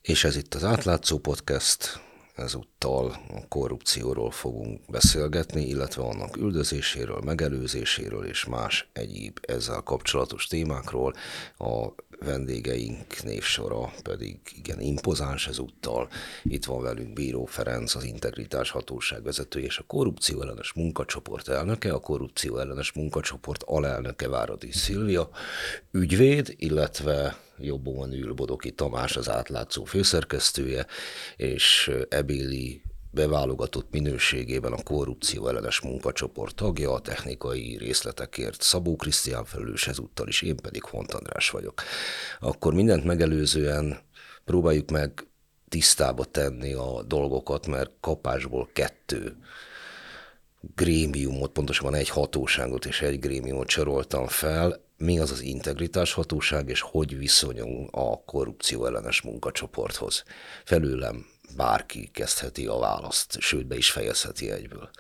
És ez itt az Átlátszó Podcast, ezúttal a korrupcióról fogunk beszélgetni, illetve annak üldözéséről, megelőzéséről és más egyéb ezzel kapcsolatos témákról. A vendégeink névsora pedig igen impozáns ezúttal. Itt van velünk Bíró Ferenc, az Integritás Hatóság vezetője és a Korrupció Ellenes Munkacsoport elnöke, a Korrupció Ellenes Munkacsoport alelnöke Váradi Szilvia, ügyvéd, illetve jobbon ül Bodoki Tamás, az Átlátszó főszerkesztője, és ebéli beválogatott minőségében a Korrupció Ellenes Munkacsoport tagja, a technikai részletekért Szabó Krisztián felelős, ezúttal is, én pedig Hont András vagyok. Akkor mindent megelőzően próbáljuk meg tisztába tenni a dolgokat, mert kapásból 2 grémiumot, pontosabban egy hatóságot és egy grémiumot soroltam fel. Mi az az Integritás Hatóság, és hogy viszonyul a Korrupció Ellenes Munkacsoporthoz? Felőlem bárki kezdheti a választ, sőt be is fejezheti egyből.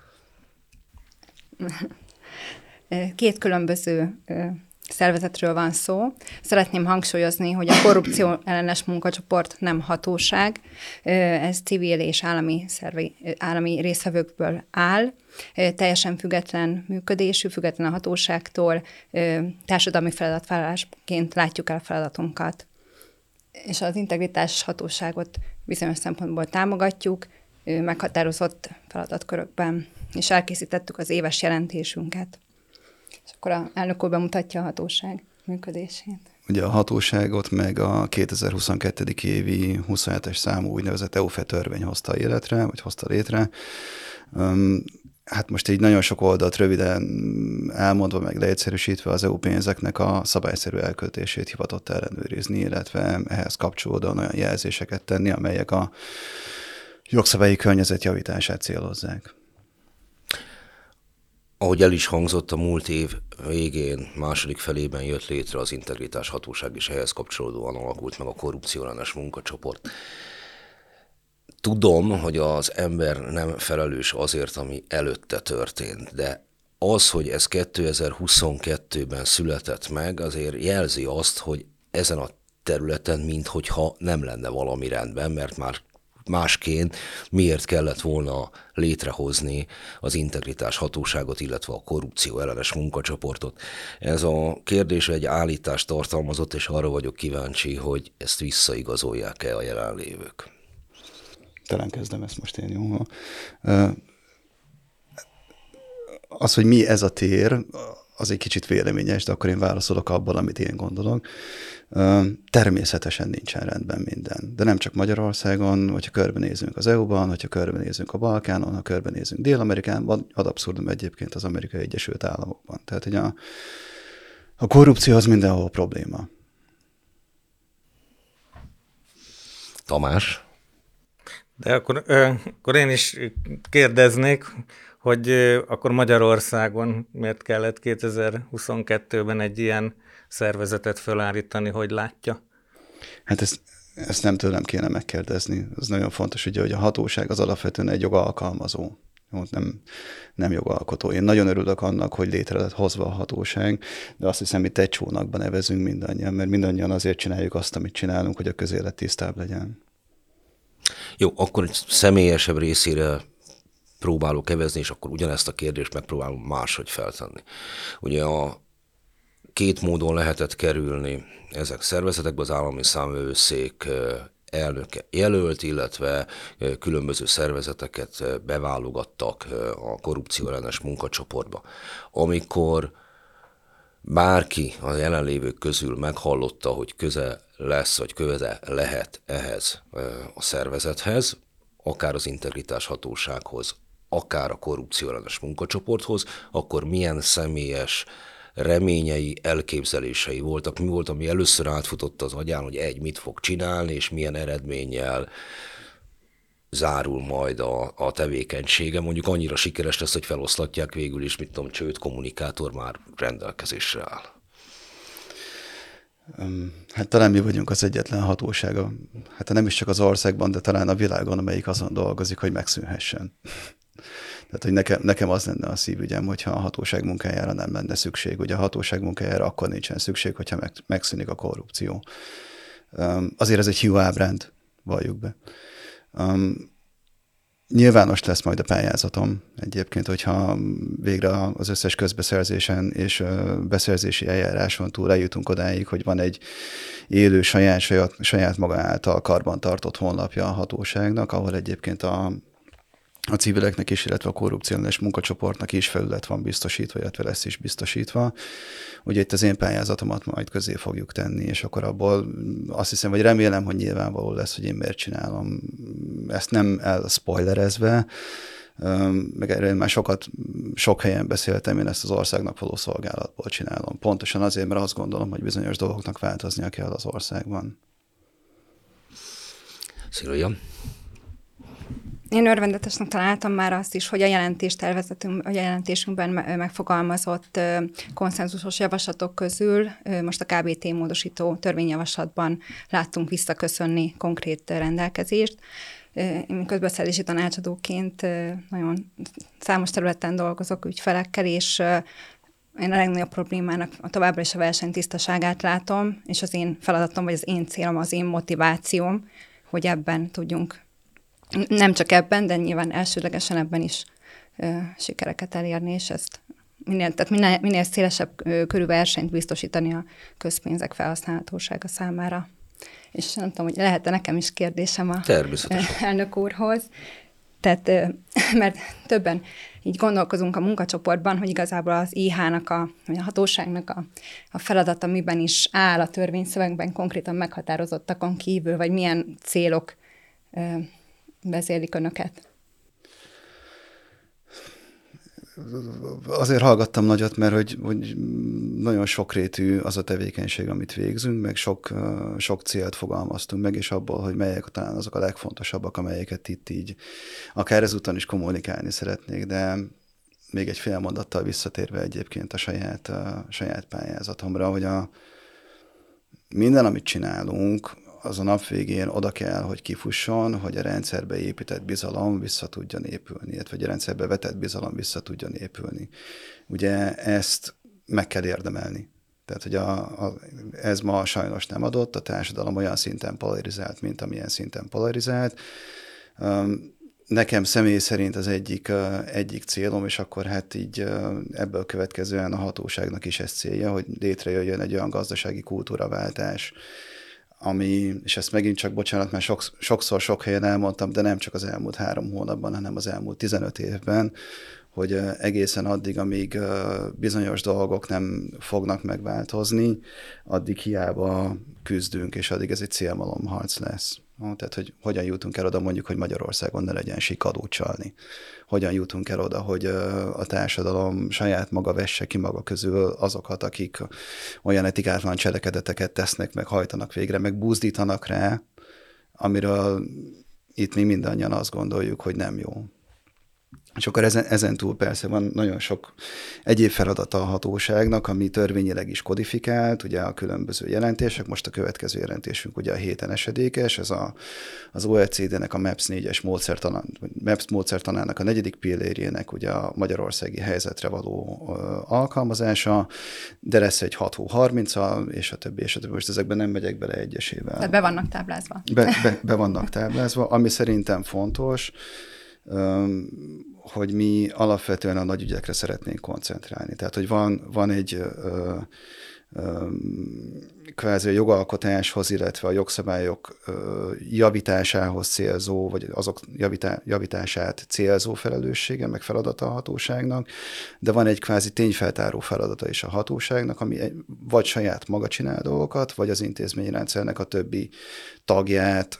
2 különböző szervezetről van szó. Szeretném hangsúlyozni, hogy a Korrupció Ellenes Munkacsoport nem hatóság, ez civil és állami résztvevőkből áll, teljesen független működésű, független a hatóságtól, társadalmi feladatvállalásként látjuk el a feladatunkat. És az Integritás Hatóságot bizonyos szempontból támogatjuk, meghatározott feladatkörökben, és elkészítettük az éves jelentésünket. És akkor az elnök úr bemutatja a hatóság működését. Ugye a hatóságot meg a 2022. évi 27-es számú úgynevezett EUFE törvény hozta életre, vagy hozta létre. Hát most így nagyon sok oldalt röviden elmondva, meg leegyszerűsítve az EU pénzeknek a szabályszerű elköltését hivatott ellenőrizni, illetve ehhez kapcsolódóan olyan jelzéseket tenni, amelyek a jogszabályi környezet javítását célozzák. Ahogy el is hangzott, a múlt év végén, második felében jött létre az Integritás Hatóság, és ehhez kapcsolódóan alakult meg a Korrupció Ellenes Munkacsoport. Tudom, hogy az ember nem felelős azért, ami előtte történt, de az, hogy ez 2022-ben született meg, azért jelzi azt, hogy ezen a területen minthogyha nem lenne valami rendben, mert már másként miért kellett volna létrehozni az Integritás Hatóságot, illetve a Korrupció Ellenes Munkacsoportot. Ez a kérdés egy állítást tartalmazott, és arra vagyok kíváncsi, hogy ezt visszaigazolják-e a jelenlévők. Talán kezdem ezt most én, jó? Az, hogy mi ez a tér, az egy kicsit véleményes, de akkor én válaszolok abban, amit én gondolok. Természetesen nincsen rendben minden. De nem csak Magyarországon, hogyha körbenézünk az EU-ban, hogyha körbenézünk a Balkánon, ha körbenézünk Dél-Amerikában, ad abszurdum egyébként az Amerikai Egyesült Államokban. Tehát, hogy a korrupció az mindenhol probléma. Tamás? De akkor én is kérdeznék, hogy akkor Magyarországon miért kellett 2022-ben egy ilyen szervezetet felállítani, hogy látja? Hát ezt nem tőlem kéne megkérdezni. Ez nagyon fontos, ugye, hogy a hatóság az alapvetően egy jogalkalmazó, nem jogalkotó. Én nagyon örülök annak, hogy létre lett hozva a hatóság, de azt hiszem, itt egy csónakban nevezünk mindannyian, mert mindannyian azért csináljuk azt, amit csinálunk, hogy a közélet tisztább legyen. Jó, akkor egy személyesebb részére próbálok kevezni, és akkor ugyanezt a kérdést megpróbálom máshogy feltenni. Ugye a 2 módon lehetett kerülni ezek szervezetekbe, az állami számvevőszék elnöke jelölt, illetve különböző szervezeteket beválogattak a Korrupció Ellenes Munkacsoportba. Amikor bárki a jelenlévők közül meghallotta, hogy köze lesz, vagy köze lehet ehhez a szervezethez, akár az Integritás Hatósághoz, akár a Korrupció Ellenes Munkacsoporthoz, akkor milyen személyes reményei, elképzelései voltak, mi volt, ami először átfutott az agyán, hogy mit fog csinálni, és milyen eredménnyel zárul majd a tevékenysége. Mondjuk annyira sikeres lesz, hogy feloszlatják végül is, mit tudom, csőd kommunikátor már rendelkezésre áll. Hát talán mi vagyunk az egyetlen hatósága, hát nem is csak az országban, de talán a világon, amelyik azon dolgozik, hogy megszűnhessen. Tehát, hogy nekem az lenne a szívügyem, hogyha a hatóság munkájára nem lenne szükség. Ugye a hatóság munkájára akkor nincsen szükség, hogyha megszűnik a korrupció. Azért ez egy hiú ábránd, valljuk be. Nyilvános lesz majd a pályázatom egyébként, hogyha végre az összes közbeszerzésen és beszerzési eljáráson túl eljutunk odáig, hogy van egy élő saját maga által karbantartott honlapja a hatóságnak, ahol egyébként a civileknek is, illetve a korrupciós munkacsoportnak is felület van biztosítva, illetve lesz is biztosítva. Ugye itt az én pályázatomat majd közé fogjuk tenni, és akkor abból azt hiszem, vagy remélem, hogy nyilvánvaló lesz, hogy én miért csinálom. Ezt nem elspoilerezve, meg erről már sok helyen beszéltem, én ezt az országnak való szolgálatból csinálom. Pontosan azért, mert azt gondolom, hogy bizonyos dolgoknak változnia kell az országban. Szilvia? Én örvendetesnek találtam már azt is, hogy a jelentésünkben megfogalmazott konszenzusos javaslatok közül most a KBT módosító törvényjavaslatban láttunk visszaköszönni konkrét rendelkezést. Én közbeszerzési tanácsadóként nagyon számos területen dolgozok ügyfelekkel, és én a legnagyobb problémának továbbra is a verseny tisztaságát látom, és az én feladatom, vagy az én célom, az én motivációm, hogy ebben tudjunk, nem csak ebben, de nyilván elsődlegesen ebben is sikereket elérni, és ezt minél szélesebb körű versenyt biztosítani a közpénzek felhasználhatósága számára. És nem tudom, hogy lehet-e nekem is kérdésem a elnök úrhoz. Tehát, mert többen így gondolkozunk a munkacsoportban, hogy igazából az IH-nak, vagy a hatóságnak a feladata miben is áll a törvényszövegben konkrétan meghatározottakon kívül, vagy milyen célok vezérlik önöket? Azért hallgattam nagyot, mert hogy nagyon sokrétű az a tevékenység, amit végzünk, meg sok célt fogalmaztunk meg, és abból, hogy melyek talán azok a legfontosabbak, amelyeket itt így akár ezúton is kommunikálni szeretnék, de még egy fél mondattal visszatérve egyébként a saját pályázatomra, hogy minden, amit csinálunk, az a nap végén oda kell, hogy kifusson, hogy a rendszerbe épített bizalom vissza tudjon épülni, illetve a rendszerbe vetett bizalom vissza tudjon épülni. Ugye ezt meg kell érdemelni. Tehát, hogy ez ma sajnos nem adott, a társadalom olyan szinten polarizált, mint amilyen szinten polarizált. Nekem személy szerint az egyik célom, és akkor hát így ebből következően a hatóságnak is ez célja, hogy létrejöjjön egy olyan gazdasági kultúraváltás, és ezt megint csak, bocsánat, mert sokszor sok helyen elmondtam, de nem csak az elmúlt 3 hónapban, hanem az elmúlt 15 évben, hogy egészen addig, amíg bizonyos dolgok nem fognak megváltozni, addig hiába küzdünk, és addig ez egy célmalomharc lesz. Tehát, hogy hogyan jutunk el oda mondjuk, hogy Magyarországon ne legyen adót csalni. Hogyan jutunk el oda, hogy a társadalom saját maga vesse ki maga közül azokat, akik olyan etikátlan cselekedeteket tesznek, meg hajtanak végre, meg buzdítanak rá, amiről itt mi mindannyian azt gondoljuk, hogy nem jó. És akkor ezen túl persze van nagyon sok egyéb feladata a hatóságnak, ami törvényileg is kodifikált, ugye a különböző jelentések, most a következő jelentésünk ugye a héten esedékes, ez az OECD-nek a MAPS 4-es módszertanának a 4. pillérjének ugye a magyarországi helyzetre való alkalmazása, de lesz egy 6-30-al, és a többi. Most ezekben nem megyek bele egyesével. Tehát be vannak táblázva. Be vannak táblázva, ami szerintem fontos, hogy mi alapvetően a nagy ügyekre szeretnénk koncentrálni. Tehát, hogy van egy kvázi a jogalkotáshoz, illetve a jogszabályok javításához célzó, vagy azok javítását célzó felelőssége, meg feladata a hatóságnak, de van egy kvázi tényfeltáró feladata is a hatóságnak, ami vagy saját maga csinál dolgokat, vagy az intézményrendszernek a többi tagját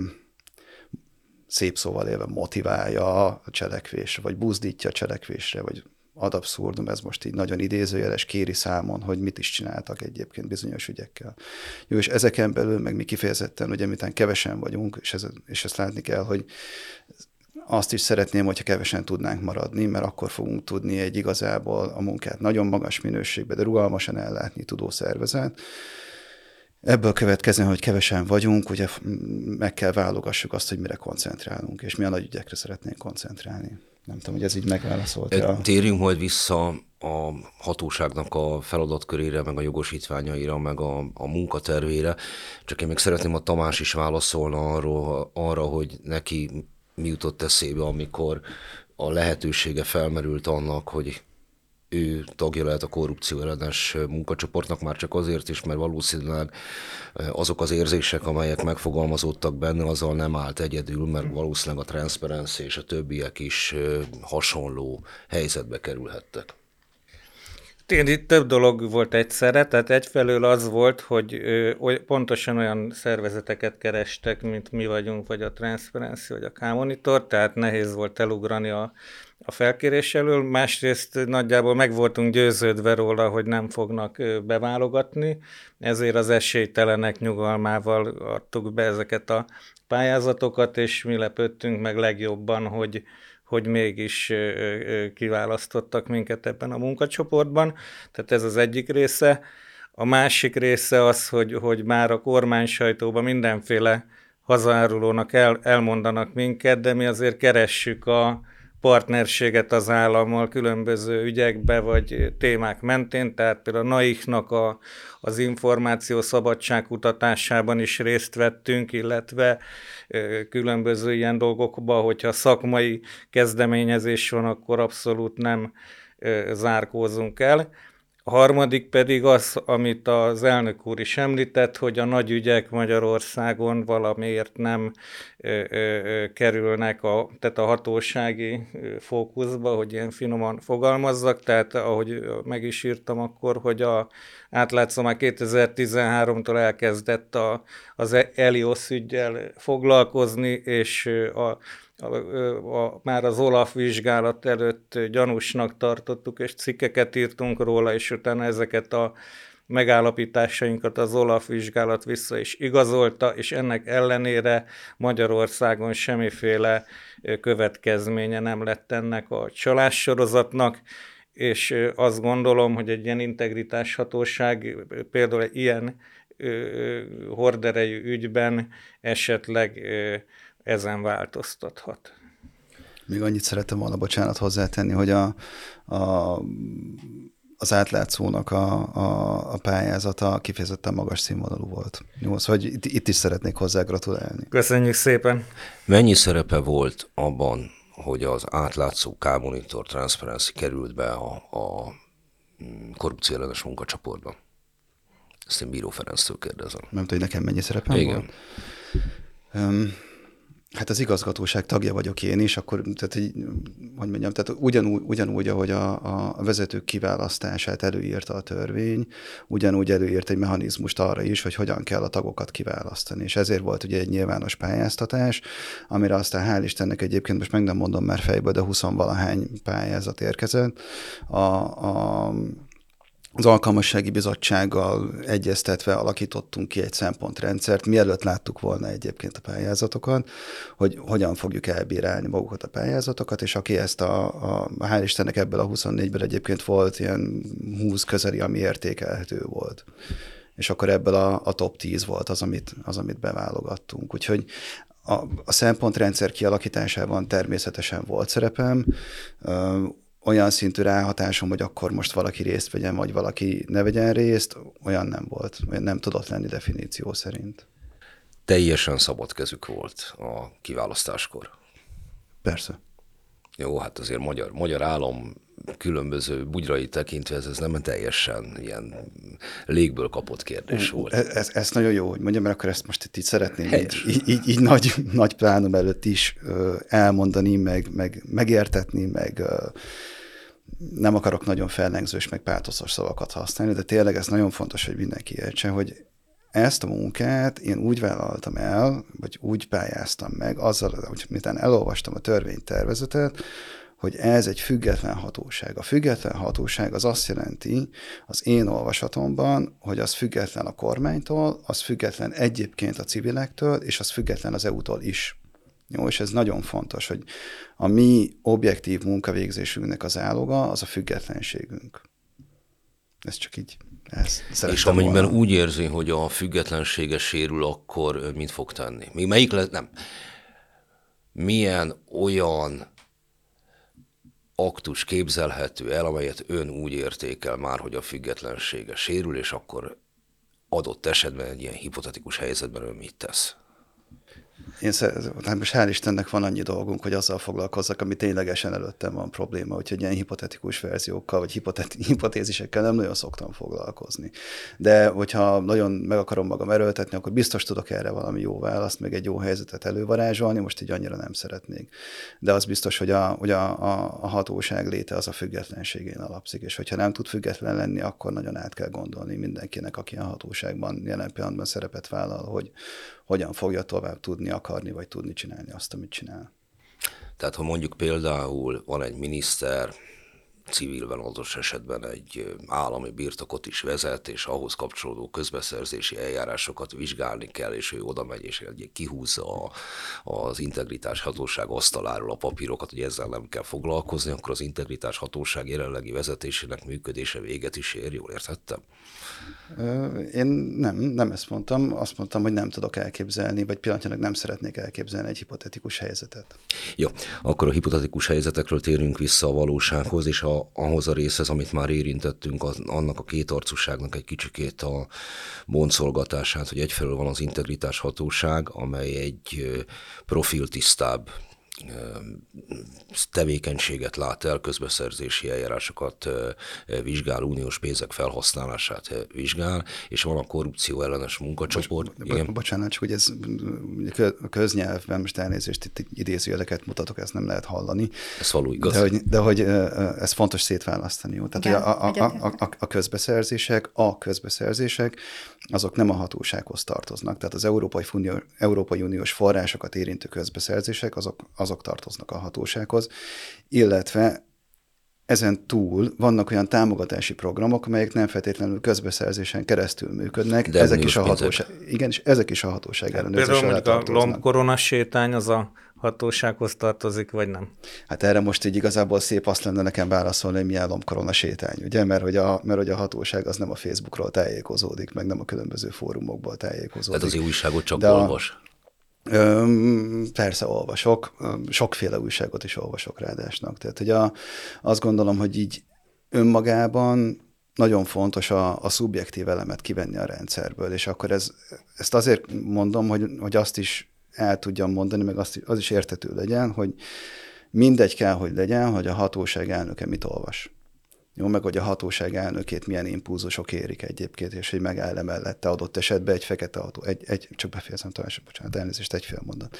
szép szóval élve motiválja a cselekvésre, vagy buzdítja a cselekvésre, vagy ad abszurdum, ez most így nagyon idézőjeles, kéri számon, hogy mit is csináltak egyébként bizonyos ügyekkel. Jó, és ezeken belül meg mi kifejezetten, ugye miután kevesen vagyunk, és ezt látni kell, hogy azt is szeretném, hogyha kevesen tudnánk maradni, mert akkor fogunk tudni egy igazából a munkát nagyon magas minőségben, de rugalmasan ellátni tudó szervezet. Ebből következően, hogy kevesen vagyunk, ugye meg kell válogassuk azt, hogy mire koncentrálunk, és mi a nagy ügyekre szeretnénk koncentrálni. Nem tudom, hogy ez így megválaszolta. Térjünk majd vissza a hatóságnak a feladatkörére, meg a jogosítványaira, meg a munkatervére. Csak én még szeretném, a Tamás is válaszolna arra, hogy neki mi jutott eszébe, amikor a lehetősége felmerült annak, hogy ő tagja lehet a korrupció ellenes munkacsoportnak, már csak azért is, mert valószínűleg azok az érzések, amelyek megfogalmazódtak benne, azzal nem állt egyedül, mert valószínűleg a Transparency és a többiek is hasonló helyzetbe kerülhettek. Itt több dolog volt egyszerre, tehát egyfelől az volt, hogy pontosan olyan szervezeteket kerestek, mint mi vagyunk, vagy a Transparency, vagy a K-Monitor, tehát nehéz volt elugrani a felkérés elől. Másrészt nagyjából meg voltunk győződve róla, hogy nem fognak beválogatni, ezért az esélytelenek nyugalmával adtuk be ezeket a pályázatokat, és mi lepődtünk meg legjobban, hogy mégis kiválasztottak minket ebben a munkacsoportban. Tehát ez az egyik része. A másik része az, hogy már a kormány sajtóban mindenféle hazaárulónak elmondanak minket, de mi azért keressük a partnerséget az állammal különböző ügyekbe vagy témák mentén, tehát például a NAIH-nak az információ szabadság kutatásában is részt vettünk, illetve különböző ilyen dolgokba, hogyha szakmai kezdeményezés van, akkor abszolút nem zárkózunk el. A harmadik pedig az, amit az elnök úr is említett, hogy a nagy ügyek Magyarországon valamiért nem kerülnek tehát a hatósági fókuszba, hogy ilyen finoman fogalmazzak, tehát ahogy meg is írtam akkor, hogy átlátszom, már 2013-tól elkezdett az Elios üggyel foglalkozni, és már az Olaf vizsgálat előtt gyanúsnak tartottuk, és cikkeket írtunk róla, és utána ezeket a megállapításainkat az Olaf vizsgálat vissza is igazolta, és ennek ellenére Magyarországon semmiféle következménye nem lett ennek a csalássorozatnak, és azt gondolom, hogy egy ilyen integritáshatóság például egy ilyen horderejű ügyben esetleg ezen változtathat. Még annyit szerettem volna, bocsánat, hozzátenni, hogy az átlátszónak a pályázata kifejezetten magas színvonalú volt. Jó, szóval itt is szeretnék hozzá gratulálni. Köszönjük szépen! Mennyi szerepe volt abban, hogy az átlátszó K-Monitor Transparency került be a korrupció ellenes munkacsoportban? Ezt én Bíró Ferenctől kérdezem. Nem tudom, hogy nekem mennyi szerepem Igen. volt? Hát az igazgatóság tagja vagyok én is, akkor, tehát, hogy mondjam, tehát ugyanúgy, ahogy a vezetők kiválasztását előírta a törvény, ugyanúgy előírt egy mechanizmust arra is, hogy hogyan kell a tagokat kiválasztani. És ezért volt ugye egy nyilvános pályáztatás, amire aztán hál' Istennek egyébként, most meg nem mondom már fejből, de 20-valahány pályázat érkezett. Az alkalmassági bizottsággal egyeztetve alakítottunk ki egy szempontrendszert, mielőtt láttuk volna egyébként a pályázatokat, hogy hogyan fogjuk elbírálni magukat a pályázatokat, és aki ezt hál' Istennek ebből a 24-ből egyébként volt ilyen 20 közeli, ami értékelhető volt. És akkor ebből a top 10 volt az, amit beválogattunk. Úgyhogy a szempontrendszer kialakításában természetesen volt szerepem, olyan szintű ráhatásom, hogy akkor most valaki részt vegyen, vagy valaki ne vegyen részt, olyan nem volt, olyan nem tudott lenni definíció szerint. Teljesen szabad kezük volt a kiválasztáskor. Persze. Jó, hát azért magyar állam különböző bugyrai tekintve ez nem teljesen ilyen légből kapott kérdés volt. Ez nagyon jó, hogy mondjam, mert akkor ezt most itt szeretném így nagy plánum előtt is elmondani, megértetni, meg nem akarok nagyon fellengzős, meg pátoszos szavakat használni, de tényleg ez nagyon fontos, hogy mindenki értse, hogy ezt a munkát én úgy vállaltam el, vagy úgy pályáztam meg, azzal, hogy miután elolvastam a törvénytervezetet, hogy ez egy független hatóság. A független hatóság az azt jelenti az én olvasatomban, hogy az független a kormánytól, az független egyébként a civilektől, és az független az EU-tól is. Jó, és ez nagyon fontos, hogy a mi objektív munkavégzésünknek az áloga, az a függetlenségünk. Ez csak így. És amennyiben úgy érzi, hogy a függetlensége sérül, akkor mit fog tenni? Még melyik lesz? Nem. Milyen olyan aktus képzelhető el, amelyet ön úgy értékel már, hogy a függetlensége sérül, és akkor adott esetben egy ilyen hipotetikus helyzetben ön mit tesz? Hát most hál' Istennek van annyi dolgunk, hogy azzal foglalkozzak, ami ténylegesen előttem van probléma, úgyhogy ilyen hipotetikus verziókkal, vagy hipotézisekkel nem nagyon szoktam foglalkozni. De hogyha nagyon meg akarom magam erőltetni, akkor biztos tudok erre valami jó választ, meg egy jó helyzetet elővarázsolni, most így annyira nem szeretnék. De az biztos, hogy a hatóság léte az a függetlenségén alapszik, és hogyha nem tud független lenni, akkor nagyon át kell gondolni mindenkinek, aki a hatóságban jelen pillanatban szerepet vállal, hogy hogyan fogja tovább tudni, akarni, vagy tudni csinálni azt, amit csinál. Tehát ha mondjuk például van egy miniszter, civilben adott esetben egy állami birtokot is vezet, és ahhoz kapcsolódó közbeszerzési eljárásokat vizsgálni kell, és ő oda megy, és kihúzza az integritás hatóság asztaláról a papírokat, hogy ezzel nem kell foglalkozni, akkor az integritás hatóság jelenlegi vezetésének működése véget is ér, jól értettem? Én nem ezt mondtam. Azt mondtam, hogy nem tudok elképzelni, vagy pillanatnyilag nem szeretnék elképzelni egy hipotetikus helyzetet. Jó, akkor a hipotetikus helyzetekről térünk vissza a valósághoz, és ahhoz a részhez, amit már érintettünk, annak a kétarcúságnak egy kicsikét a boncolgatását, hogy egyfelől van az integritás hatóság, amely egy profiltisztább tevékenységet lát el, közbeszerzési eljárásokat vizsgál, uniós pénzek felhasználását vizsgál, és van a korrupció ellenes munkacsoport. Bocsánat, csak hogy ez köznyelvben, most elnézést, itt idézőjeleket mutatok, ezt nem lehet hallani. Ez való igaz. De hogy ez fontos szétválasztani. Jó? Tehát igen, a közbeszerzések, azok nem a hatósághoz tartoznak. Tehát az Európai Uniós forrásokat érintő közbeszerzések, azok tartoznak a hatósághoz, illetve ezen túl vannak olyan támogatási programok, amelyek nem feltétlenül közbeszerzésen keresztül működnek. De ezek is a hatóság, igen, és ezek is a hatóság ellenőrzés alá tartoznak. Például a lombkorona sétány az a hatósághoz tartozik, vagy nem? Hát erre most így igazából szép azt lenne nekem válaszolni, hogy milyen lombkorona sétány, ugye? Mert hogy a hatóság az nem a Facebookról tájékozódik, meg nem a különböző fórumokból tájékozódik. Tehát az újságot csak olvas. Persze olvasok, sokféle újságot is olvasok ráadásnak. Tehát hogy azt gondolom, hogy így önmagában nagyon fontos a szubjektív elemet kivenni a rendszerből, és akkor ezt azért mondom, hogy azt is el tudjam mondani, meg az is érthető legyen, hogy mindegy kell, hogy legyen, hogy a hatóság elnöke mit olvas. Jó, meg hogy a hatóság elnökét milyen impulzusok érik egyébként, és hogy megáll mellette adott esetben egy fekete autó. Csak befejezem, bocsánat, elnézést, egy fél mondat.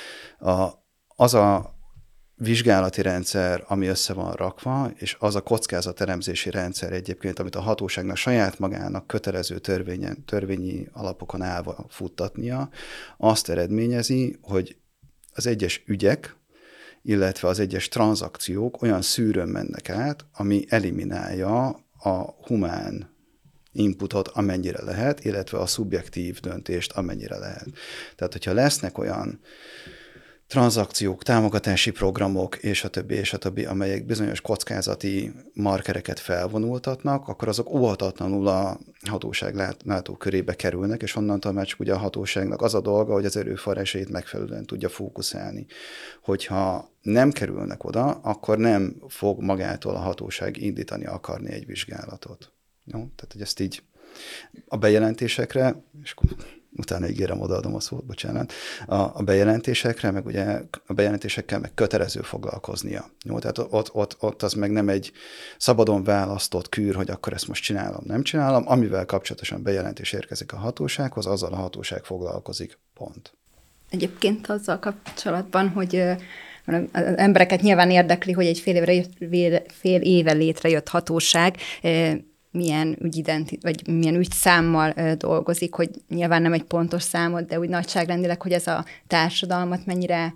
Az a vizsgálati rendszer, ami össze van rakva, és az a kockázatelemzési rendszer egyébként, amit a hatóságnak saját magának kötelező törvényi alapokon állva futtatnia, azt eredményezi, hogy az egyes ügyek, illetve az egyes tranzakciók olyan szűrőn mennek át, ami eliminálja a humán inputot, amennyire lehet, illetve a szubjektív döntést, amennyire lehet. Tehát, hogyha lesznek olyan tranzakciók, támogatási programok, és a többi, amelyek bizonyos kockázati markereket felvonultatnak, akkor azok óhatatlanul a hatóság látókörébe kerülnek, és onnantól már csak ugye a hatóságnak az a dolga, hogy az erőforrásait megfelelően tudja fókuszálni. Hogyha nem kerülnek oda, akkor nem fog magától a hatóság indítani akarni egy vizsgálatot. Jó? Tehát, hogy ezt így a bejelentésekre, és utána ígérem, odaadom a szót, bocsánat, a bejelentésekre, meg ugye a bejelentésekkel meg kötelező foglalkoznia. Jó, tehát ott az meg nem egy szabadon választott kür, hogy akkor ezt most csinálom, nem csinálom, amivel kapcsolatosan bejelentés érkezik a hatósághoz, azzal a hatóság foglalkozik, pont. Egyébként azzal kapcsolatban, hogy az embereket nyilván érdekli, hogy egy fél éve létrejött hatóság milyen vagy milyen ügyszámmal dolgozik, hogy nyilván nem egy pontos számot, de úgy nagyságrendileg, hogy ez a társadalmat mennyire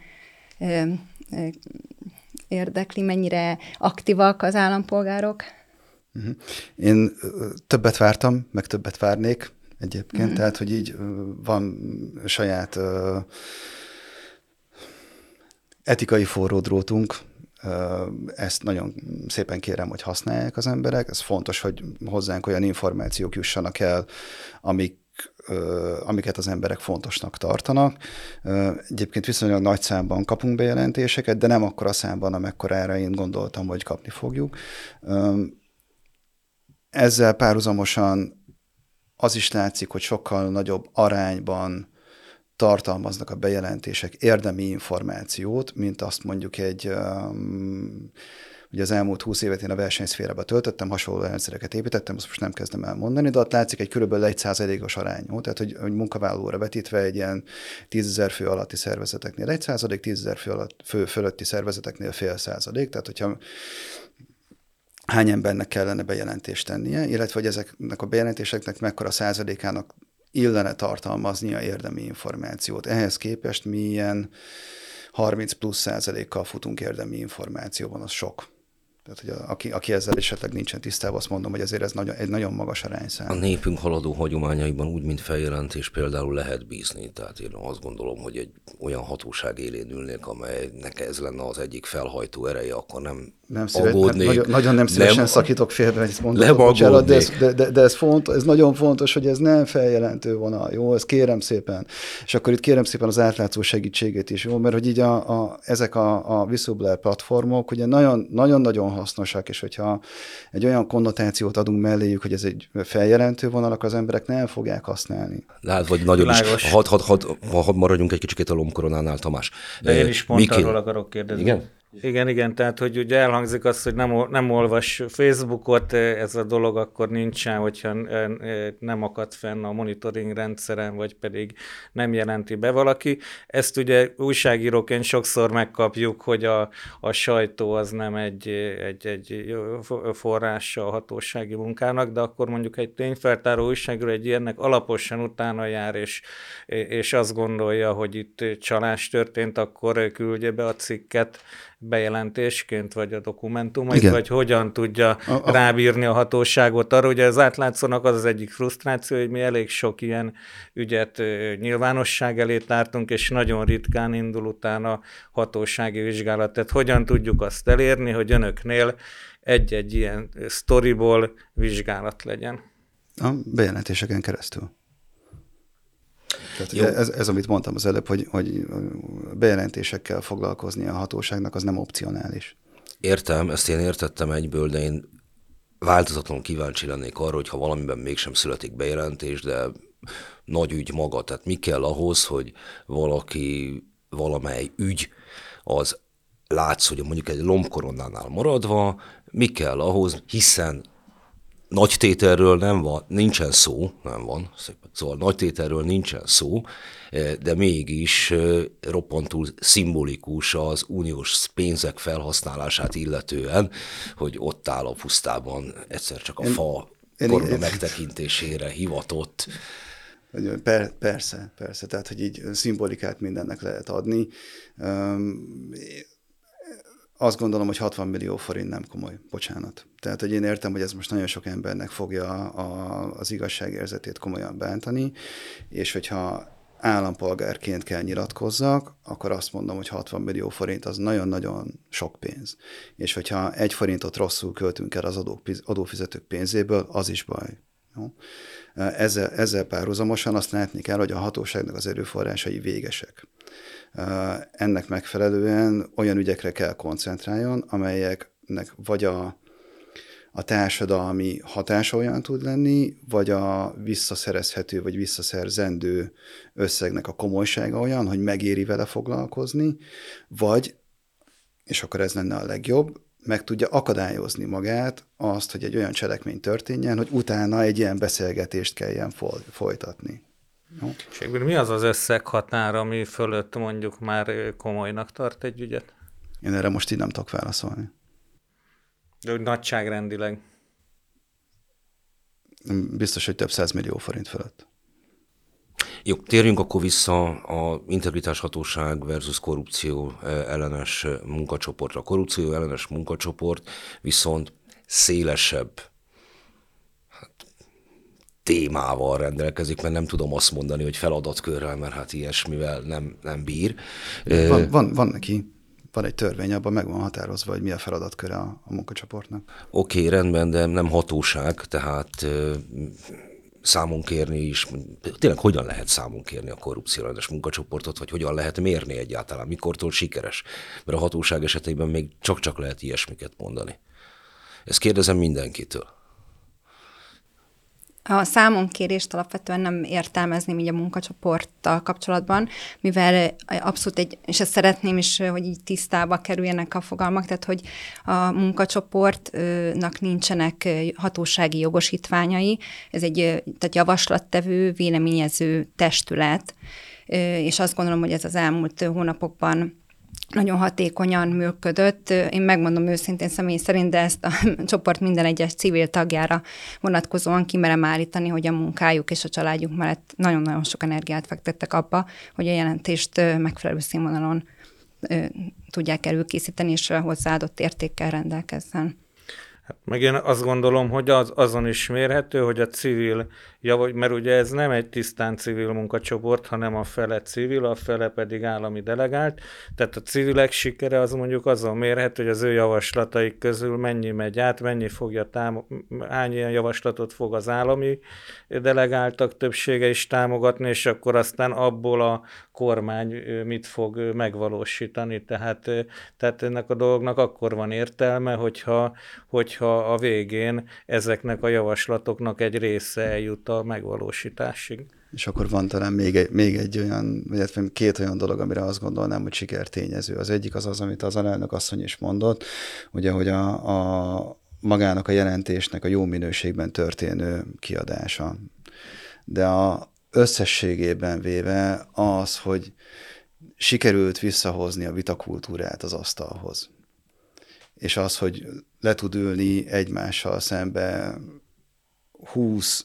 érdekli, mennyire aktívak az állampolgárok. Én többet vártam, meg többet várnék egyébként, tehát, hogy így van saját etikai forródrótunk, ezt nagyon szépen kérem, hogy használják az emberek. Ez fontos, hogy hozzánk olyan információk jussanak el, amik amiket az emberek fontosnak tartanak. Egyébként viszonylag nagy számban kapunk bejelentéseket, de nem akkora számban, amekkorára én gondoltam, hogy kapni fogjuk. Ezzel párhuzamosan az is látszik, hogy sokkal nagyobb arányban tartalmaznak a bejelentések érdemi információt, mint azt mondjuk ugye az elmúlt 20 évet én a versenyszférába töltöttem, hasonló rendszereket építettem, azt most nem kezdem el mondani, de ott látszik egy körülbelül 1%-os arány. Tehát, hogy munkavállalóra vetítve egy ilyen 10 000 fő alatti szervezeteknél 1%, 10 000 fő fölötti szervezeteknél fél százalék, tehát hogyha hány embernek kellene bejelentést tennie, illetve hogy ezeknek a bejelentéseknek mekkora százalékának illene tartalmaznia érdemi információt. Ehhez képest mi ilyen 30 plusz százalékkal futunk érdemi információban, az sok. Tehát, hogy aki ezzel esetleg nincsen tisztában, azt mondom, hogy ezért ez egy nagyon magas arányszám. A népünk haladó hagyományaiban úgy, mint feljelentés például lehet bízni. Tehát én azt gondolom, hogy egy olyan hatóság élén ülnék, amelynek ez lenne az egyik felhajtó ereje, akkor nem aggódnék. Nagyon nem szívesen szakítok félbe, hogy ezt mondom, de ez nagyon fontos, hogy ez nem feljelentő vonal, jó? Ez kérem szépen. És akkor itt kérem szépen az átlátszó segítségét is, jó? Mert hogy így ezek a whistleblower platformok ugye nagyon-nagyon hasznosak, és hogyha egy olyan konnotációt adunk melléjük, hogy ez egy feljelentő vonal, akkor az emberek nem fogják használni. Hát, vagy nagyon is. Hadd maradjunk egy kicsit a lombkoronánál, Tamás. De én is pont arról akarok kérdezni. Igen? Igen, tehát hogy ugye elhangzik az, hogy nem olvas Facebookot, ez a dolog akkor nincsen, hogyha nem akad fenn a monitoring rendszeren, vagy pedig nem jelenti be valaki. Ezt ugye újságíróként sokszor megkapjuk, hogy a sajtó az nem egy forrása a hatósági munkának, de akkor mondjuk egy tényfeltáró újságíró egy ilyennek alaposan utána jár, és azt gondolja, hogy itt csalás történt, akkor küldje be a cikket bejelentésként, vagy a dokumentumait, vagy hogyan tudja rábírni a hatóságot arra. Ugye az átlátszónak az egyik frusztráció, hogy mi elég sok ilyen ügyet nyilvánosság elé tártunk, és nagyon ritkán indul utána hatósági vizsgálat. Tehát hogyan tudjuk azt elérni, hogy önöknél egy-egy ilyen sztoriból vizsgálat legyen? A bejelentéseken keresztül. Tehát ez, amit mondtam az előbb, hogy bejelentésekkel foglalkozni a hatóságnak, az nem opcionális. Értem, ezt én értettem egyből, de én változatlanul kíváncsi lennék arra, hogy ha valamiben mégsem születik bejelentés, de nagy ügy maga, tehát mi kell ahhoz, hogy valamely ügy, az látsz, hogy mondjuk egy lombkoronánál maradva, mi kell ahhoz, hiszen nagy tételről nincsen szó, szóval nagy tételről nincsen szó, de mégis roppantul szimbolikus az uniós pénzek felhasználását illetően, hogy ott áll a pusztában egyszer csak a fa korona megtekintésére hivatott. Persze, tehát hogy így szimbolikát mindennek lehet adni. Azt gondolom, hogy 60 millió forint nem komoly, bocsánat. Tehát, hogy én értem, hogy ez most nagyon sok embernek fogja az igazságérzetét komolyan bántani, és hogyha állampolgárként kell nyilatkozzak, akkor azt mondom, hogy 60 millió forint az nagyon-nagyon sok pénz. És hogyha 1 forintot rosszul költünk el az adófizetők pénzéből, az is baj. Jó? Ezzel párhuzamosan azt látni kell, hogy a hatóságnak az erőforrásai végesek. Ennek megfelelően olyan ügyekre kell koncentráljon, amelyeknek vagy a társadalmi hatása olyan tud lenni, vagy a visszaszerezhető, vagy visszaszerzendő összegnek a komolysága olyan, hogy megéri vele foglalkozni, vagy, és akkor ez lenne a legjobb, meg tudja akadályozni magát azt, hogy egy olyan cselekmény történjen, hogy utána egy ilyen beszélgetést kelljen folytatni. No. És mi az az összeghatár, ami fölött mondjuk már komolynak tart egy ügyet? Én erre most így nem tudok válaszolni. De úgy nagyságrendileg? Biztos, hogy több 100 millió forint fölött. Jó, térjünk akkor vissza a integritáshatóság versus korrupció ellenes munkacsoportra. A korrupció ellenes munkacsoport viszont szélesebb témával rendelkezik, mert nem tudom azt mondani, hogy feladatkörrel, mert hát ilyesmivel nem bír. Van neki. Van egy törvény, abban meg van határozva, hogy mi a feladatköre a munkacsoportnak. Oké, rendben, de nem hatóság, tehát számon kérni is, tényleg hogyan lehet számon kérni a korrupcióellenes munkacsoportot, vagy hogyan lehet mérni egyáltalán, mikortól sikeres, mert a hatóság esetében még csak-csak lehet ilyesmiket mondani. Ezt kérdezem mindenkitől. A számonkérést alapvetően nem értelmezném így a munkacsoporttal kapcsolatban, mivel abszolút és ezt szeretném is, hogy így tisztába kerüljenek a fogalmak, tehát hogy a munkacsoportnak nincsenek hatósági jogosítványai, ez egy tehát javaslattevő, véleményező testület, és azt gondolom, hogy ez az elmúlt hónapokban nagyon hatékonyan működött. Én megmondom őszintén személy szerint, de ezt a csoport minden egyes civil tagjára vonatkozóan kimerem állítani, hogy a munkájuk és a családjuk mellett nagyon-nagyon sok energiát fektettek abba, hogy a jelentést megfelelő színvonalon tudják előkészíteni, és hozzáadott értékkel rendelkezzen. Hát meg én azt gondolom, hogy azon is mérhető, hogy a civil, mert ugye ez nem egy tisztán civil munkacsoport, hanem a fele civil, a fele pedig állami delegált. Tehát a civilek sikere az mondjuk azon mérhető, hogy az ő javaslataik közül mennyi megy át, hány ilyen javaslatot fog az állami delegáltak többsége is támogatni, és akkor aztán abból a kormány mit fog megvalósítani. Tehát ennek a dolognak akkor van értelme, hogyha a végén ezeknek a javaslatoknak egy része eljut a megvalósításig. És akkor van talán még egy olyan, vagy két olyan dolog, amire azt gondolnám, hogy sikertényező. Az egyik az, amit az alelnök asszony is mondott, ugye, hogy a magának a jelentésnek a jó minőségben történő kiadása. De a összességében véve az, hogy sikerült visszahozni a vitakultúrát az asztalhoz. És az, hogy le tud ülni egymással szembe 20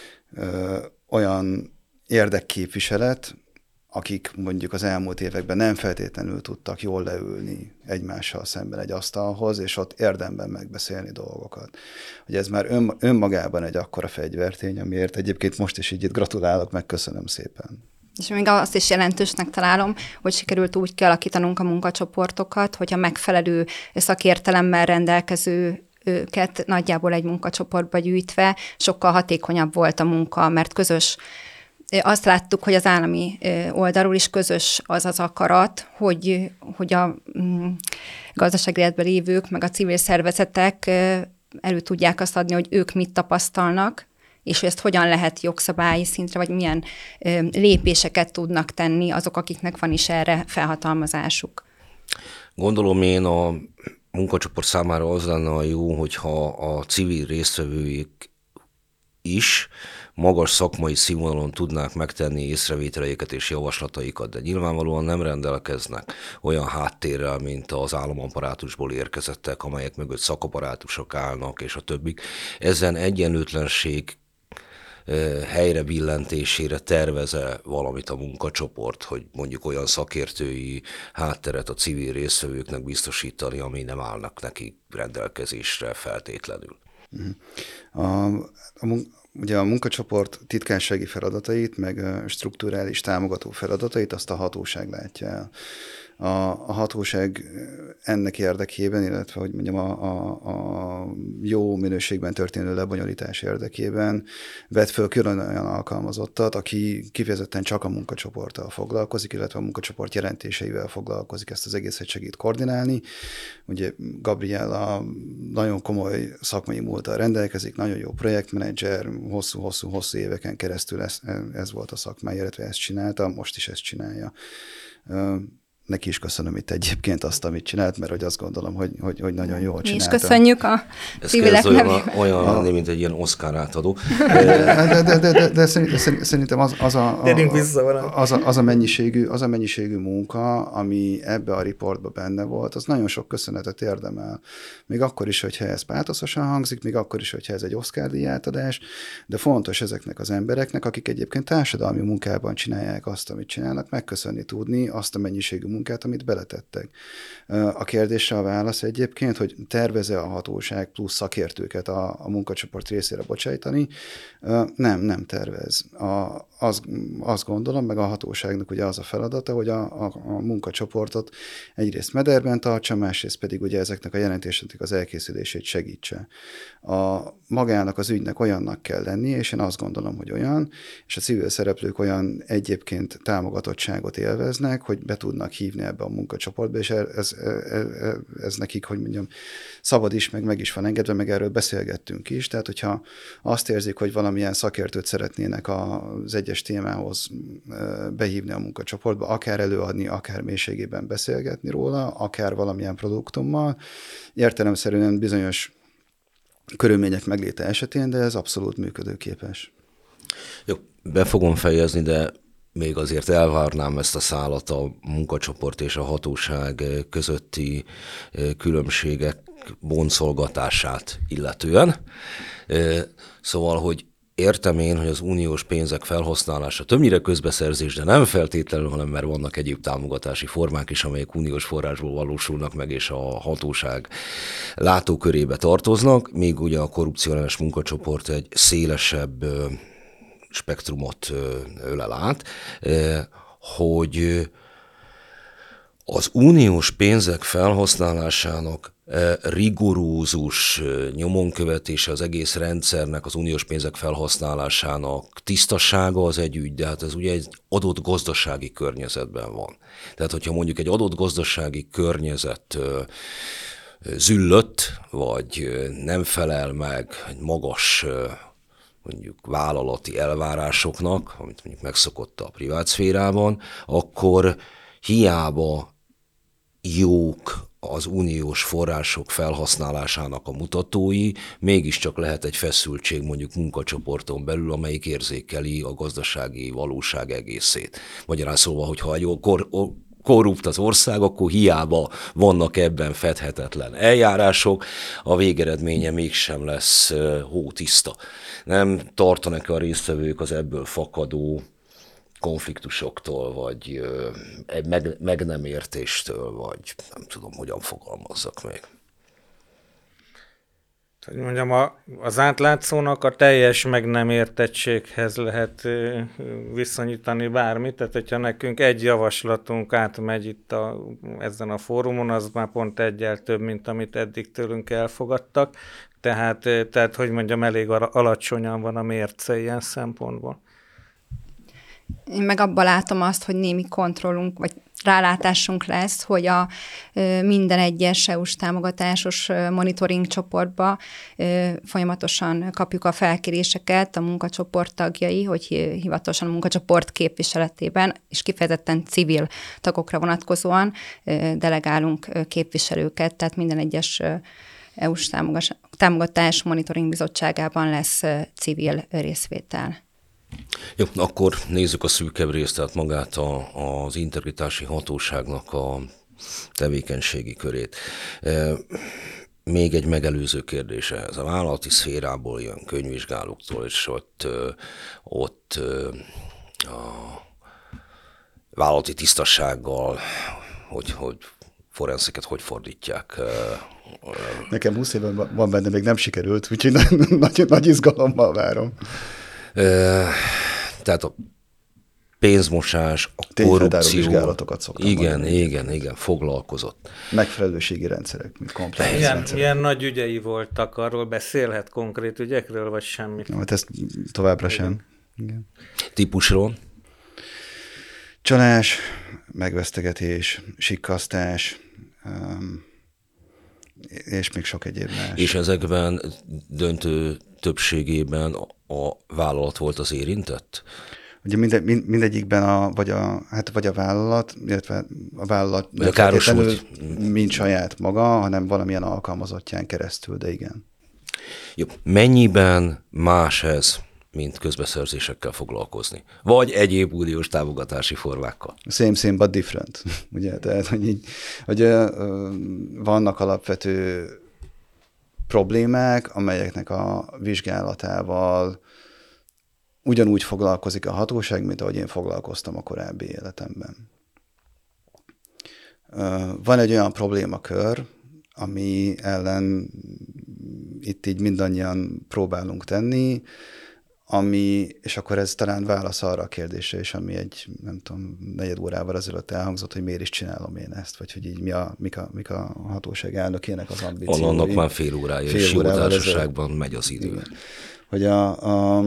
olyan érdekképviselet, akik mondjuk az elmúlt években nem feltétlenül tudtak jól leülni egymással szemben egy asztalhoz, és ott érdemben megbeszélni dolgokat. Hogy ez már önmagában egy akkora fegyvertény, amiért egyébként most is így itt gratulálok, megköszönöm szépen. És még azt is jelentősnek találom, hogy sikerült úgy kialakítanunk a munkacsoportokat, hogy a megfelelő szakértelemmel rendelkező őket nagyjából egy munkacsoportba gyűjtve sokkal hatékonyabb volt a munka, mert azt láttuk, hogy az állami oldalról is közös az akarat, hogy a gazdasági életben lévők, meg a civil szervezetek elő tudják azt adni, hogy ők mit tapasztalnak, és hogy ezt hogyan lehet jogszabályi szintre, vagy milyen lépéseket tudnak tenni azok, akiknek van is erre felhatalmazásuk. Gondolom én a munkacsoport számára az lenne a jó, hogyha a civil résztvevőik is magas szakmai színvonalon tudnák megtenni észrevételeiket és javaslataikat, de nyilvánvalóan nem rendelkeznek olyan háttérrel, mint az államaparátusból érkezettek, amelyek mögött szakaparátusok állnak, és a többik. Ezen egyenlőtlenség helyre billentésére tervez-e valamit a munkacsoport, hogy mondjuk olyan szakértői hátteret a civil résztvevőknek biztosítani, ami nem állnak neki rendelkezésre feltétlenül? Ugye a munkacsoport titkársági feladatait, meg strukturális támogató feladatait azt a hatóság látja el. A hatóság ennek érdekében, illetve hogy mondjam, a jó minőségben történő lebonyolítás érdekében vett föl külön olyan alkalmazottat, aki kifejezetten csak a munkacsoporttal foglalkozik, illetve a munkacsoport jelentéseivel foglalkozik, ezt az egészet segít koordinálni. Ugye Gabriella nagyon komoly szakmai múlttal rendelkezik, nagyon jó projektmenedzser, hosszú éveken keresztül ez volt a szakmája, illetve ezt csinálta, most is ezt csinálja. Neki is köszönöm itt egyébként azt, amit csinált, mert hogy azt gondolom, hogy nagyon jól csinálta. Mi is köszönjük a civilek nevében. Olyan lenni, mint egy ilyen Oscar átadó. De szerintem az a mennyiségű munka, ami ebbe a riportba benne volt, az nagyon sok köszönetet érdemel. Még akkor is, hogyha ez pátoszosan hangzik, még akkor is, hogyha ez egy Oscar-díj átadás, de fontos ezeknek az embereknek, akik egyébként társadalmi munkában csinálják azt, amit csinálnak, megköszönni tudni azt a mennyiségű munkát, amit beletettek. A kérdésre a válasz egyébként, hogy tervez-e a hatóság plusz szakértőket a munkacsoport részére bocsájtani? Nem tervez. Azt gondolom, meg a hatóságnak ugye az a feladata, hogy a munkacsoportot egyrészt mederben tartsa, másrészt pedig ugye ezeknek a jelentéseknek az elkészülését segítse. Magának az ügynek olyannak kell lenni, és én azt gondolom, hogy olyan, és a civil szereplők olyan egyébként támogatottságot élveznek, hogy be tudnak hívni ebbe a munkacsoportba, és ez nekik, hogy mondjam, szabad is, meg is van engedve, meg erről beszélgettünk is, tehát hogyha azt érzik, hogy valamilyen szakértőt szeretnének az egyes témához behívni a munkacsoportba, akár előadni, akár mélységében beszélgetni róla, akár valamilyen produktummal, értelemszerűen bizonyos körülmények megléte esetén, de ez abszolút működőképes. Jó, be fogom fejezni, de még azért elvárnám ezt a szálat a munkacsoport és a hatóság közötti különbségek boncolgatását illetően. Szóval, hogy értem én, hogy az uniós pénzek felhasználása többnyire közbeszerzés, de nem feltétlenül, hanem mert vannak egyéb támogatási formák is, amelyek uniós forrásból valósulnak meg, és a hatóság látókörébe tartoznak, míg ugye a korrupcióellenes munkacsoport egy szélesebb spektrumot ölel át, hogy az uniós pénzek felhasználásának rigorózus nyomonkövetése az egész rendszernek, az uniós pénzek felhasználásának tisztasága az egy ügy, de hát ez ugye egy adott gazdasági környezetben van. Tehát, hogyha mondjuk egy adott gazdasági környezet züllött, vagy nem felel meg egy magas mondjuk vállalati elvárásoknak, amit mondjuk megszokott a privát szférában, akkor hiába jók az uniós források felhasználásának a mutatói, mégiscsak lehet egy feszültség mondjuk munkacsoporton belül, amelyik érzékeli a gazdasági valóság egészét. Magyarán szóval, hogyha egy korrupt az ország, akkor hiába vannak ebben fedhetetlen eljárások, a végeredménye mégsem lesz hótiszta. Nem tartanak a résztvevők az ebből fakadó konfliktusoktól, vagy meg nem értéstől, vagy nem tudom, hogyan fogalmazzak még. Hogy mondjam, az átlátszónak a teljes meg nem értettséghez lehet viszonyítani bármit, tehát hogyha nekünk egy javaslatunk átmegy itt ezen a fórumon, az már pont egyel több, mint amit eddig tőlünk elfogadtak, tehát hogy mondjam, elég alacsonyan van a mérce ilyen szempontból. Én meg abban látom azt, hogy némi kontrollunk, vagy rálátásunk lesz, hogy a minden egyes EU-s támogatásos monitoring csoportba folyamatosan kapjuk a felkéréseket a munkacsoport tagjai, hogy hivatalosan a munkacsoport képviseletében, és kifejezetten civil tagokra vonatkozóan delegálunk képviselőket, tehát minden egyes EU-s támogatás monitoring bizottságában lesz civil részvétel. Jó, akkor nézzük a szűkebb részt, tehát magát az integritási hatóságnak a tevékenységi körét. Még egy megelőző kérdés ehhez. A vállalati szférából jön könyvvizsgálóktól, és ott a vállalati tisztassággal, hogy forensiket hogy fordítják. Nekem 20 éven van benne, még nem sikerült, úgyhogy nagy izgalommal várom. Tehát a pénzmosás, a korrupció. Vizsgálatokat szoktam igen, foglalkozott. Megfelelőségi rendszerek, mint compliance rendszerek. Milyen nagy ügyei voltak, arról beszélhet konkrét ügyekről, vagy semmit? No, hát ezt továbbra sem. Igen. Típusról? Csalás, megvesztegetés, sikkasztás, és még sok egyéb más. És ezekben döntő többségében a vállalat volt az érintett? Ugye mindegyikben vagy a vállalat, illetve a vállalat mint saját maga, hanem valamilyen alkalmazottján keresztül, de igen. Jó. Mennyiben más ez, mint közbeszerzésekkel foglalkozni? Vagy egyéb uniós támogatási formákkal? Same, but different. Ugye, tehát, hogy vannak alapvető problémák, amelyeknek a vizsgálatával ugyanúgy foglalkozik a hatóság, mint ahogy én foglalkoztam a korábbi életemben. Van egy olyan problémakör, ami ellen itt így mindannyian próbálunk tenni, és akkor ez talán válasz arra a kérdésre is, ami egy, nem tudom, 4 órával ezelőtt elhangzott, hogy miért is csinálom én ezt, vagy hogy így mik a hatóság elnökének az ambíciói. Annak már fél órája, és jó társaságban megy az idő. Igen. Hogy a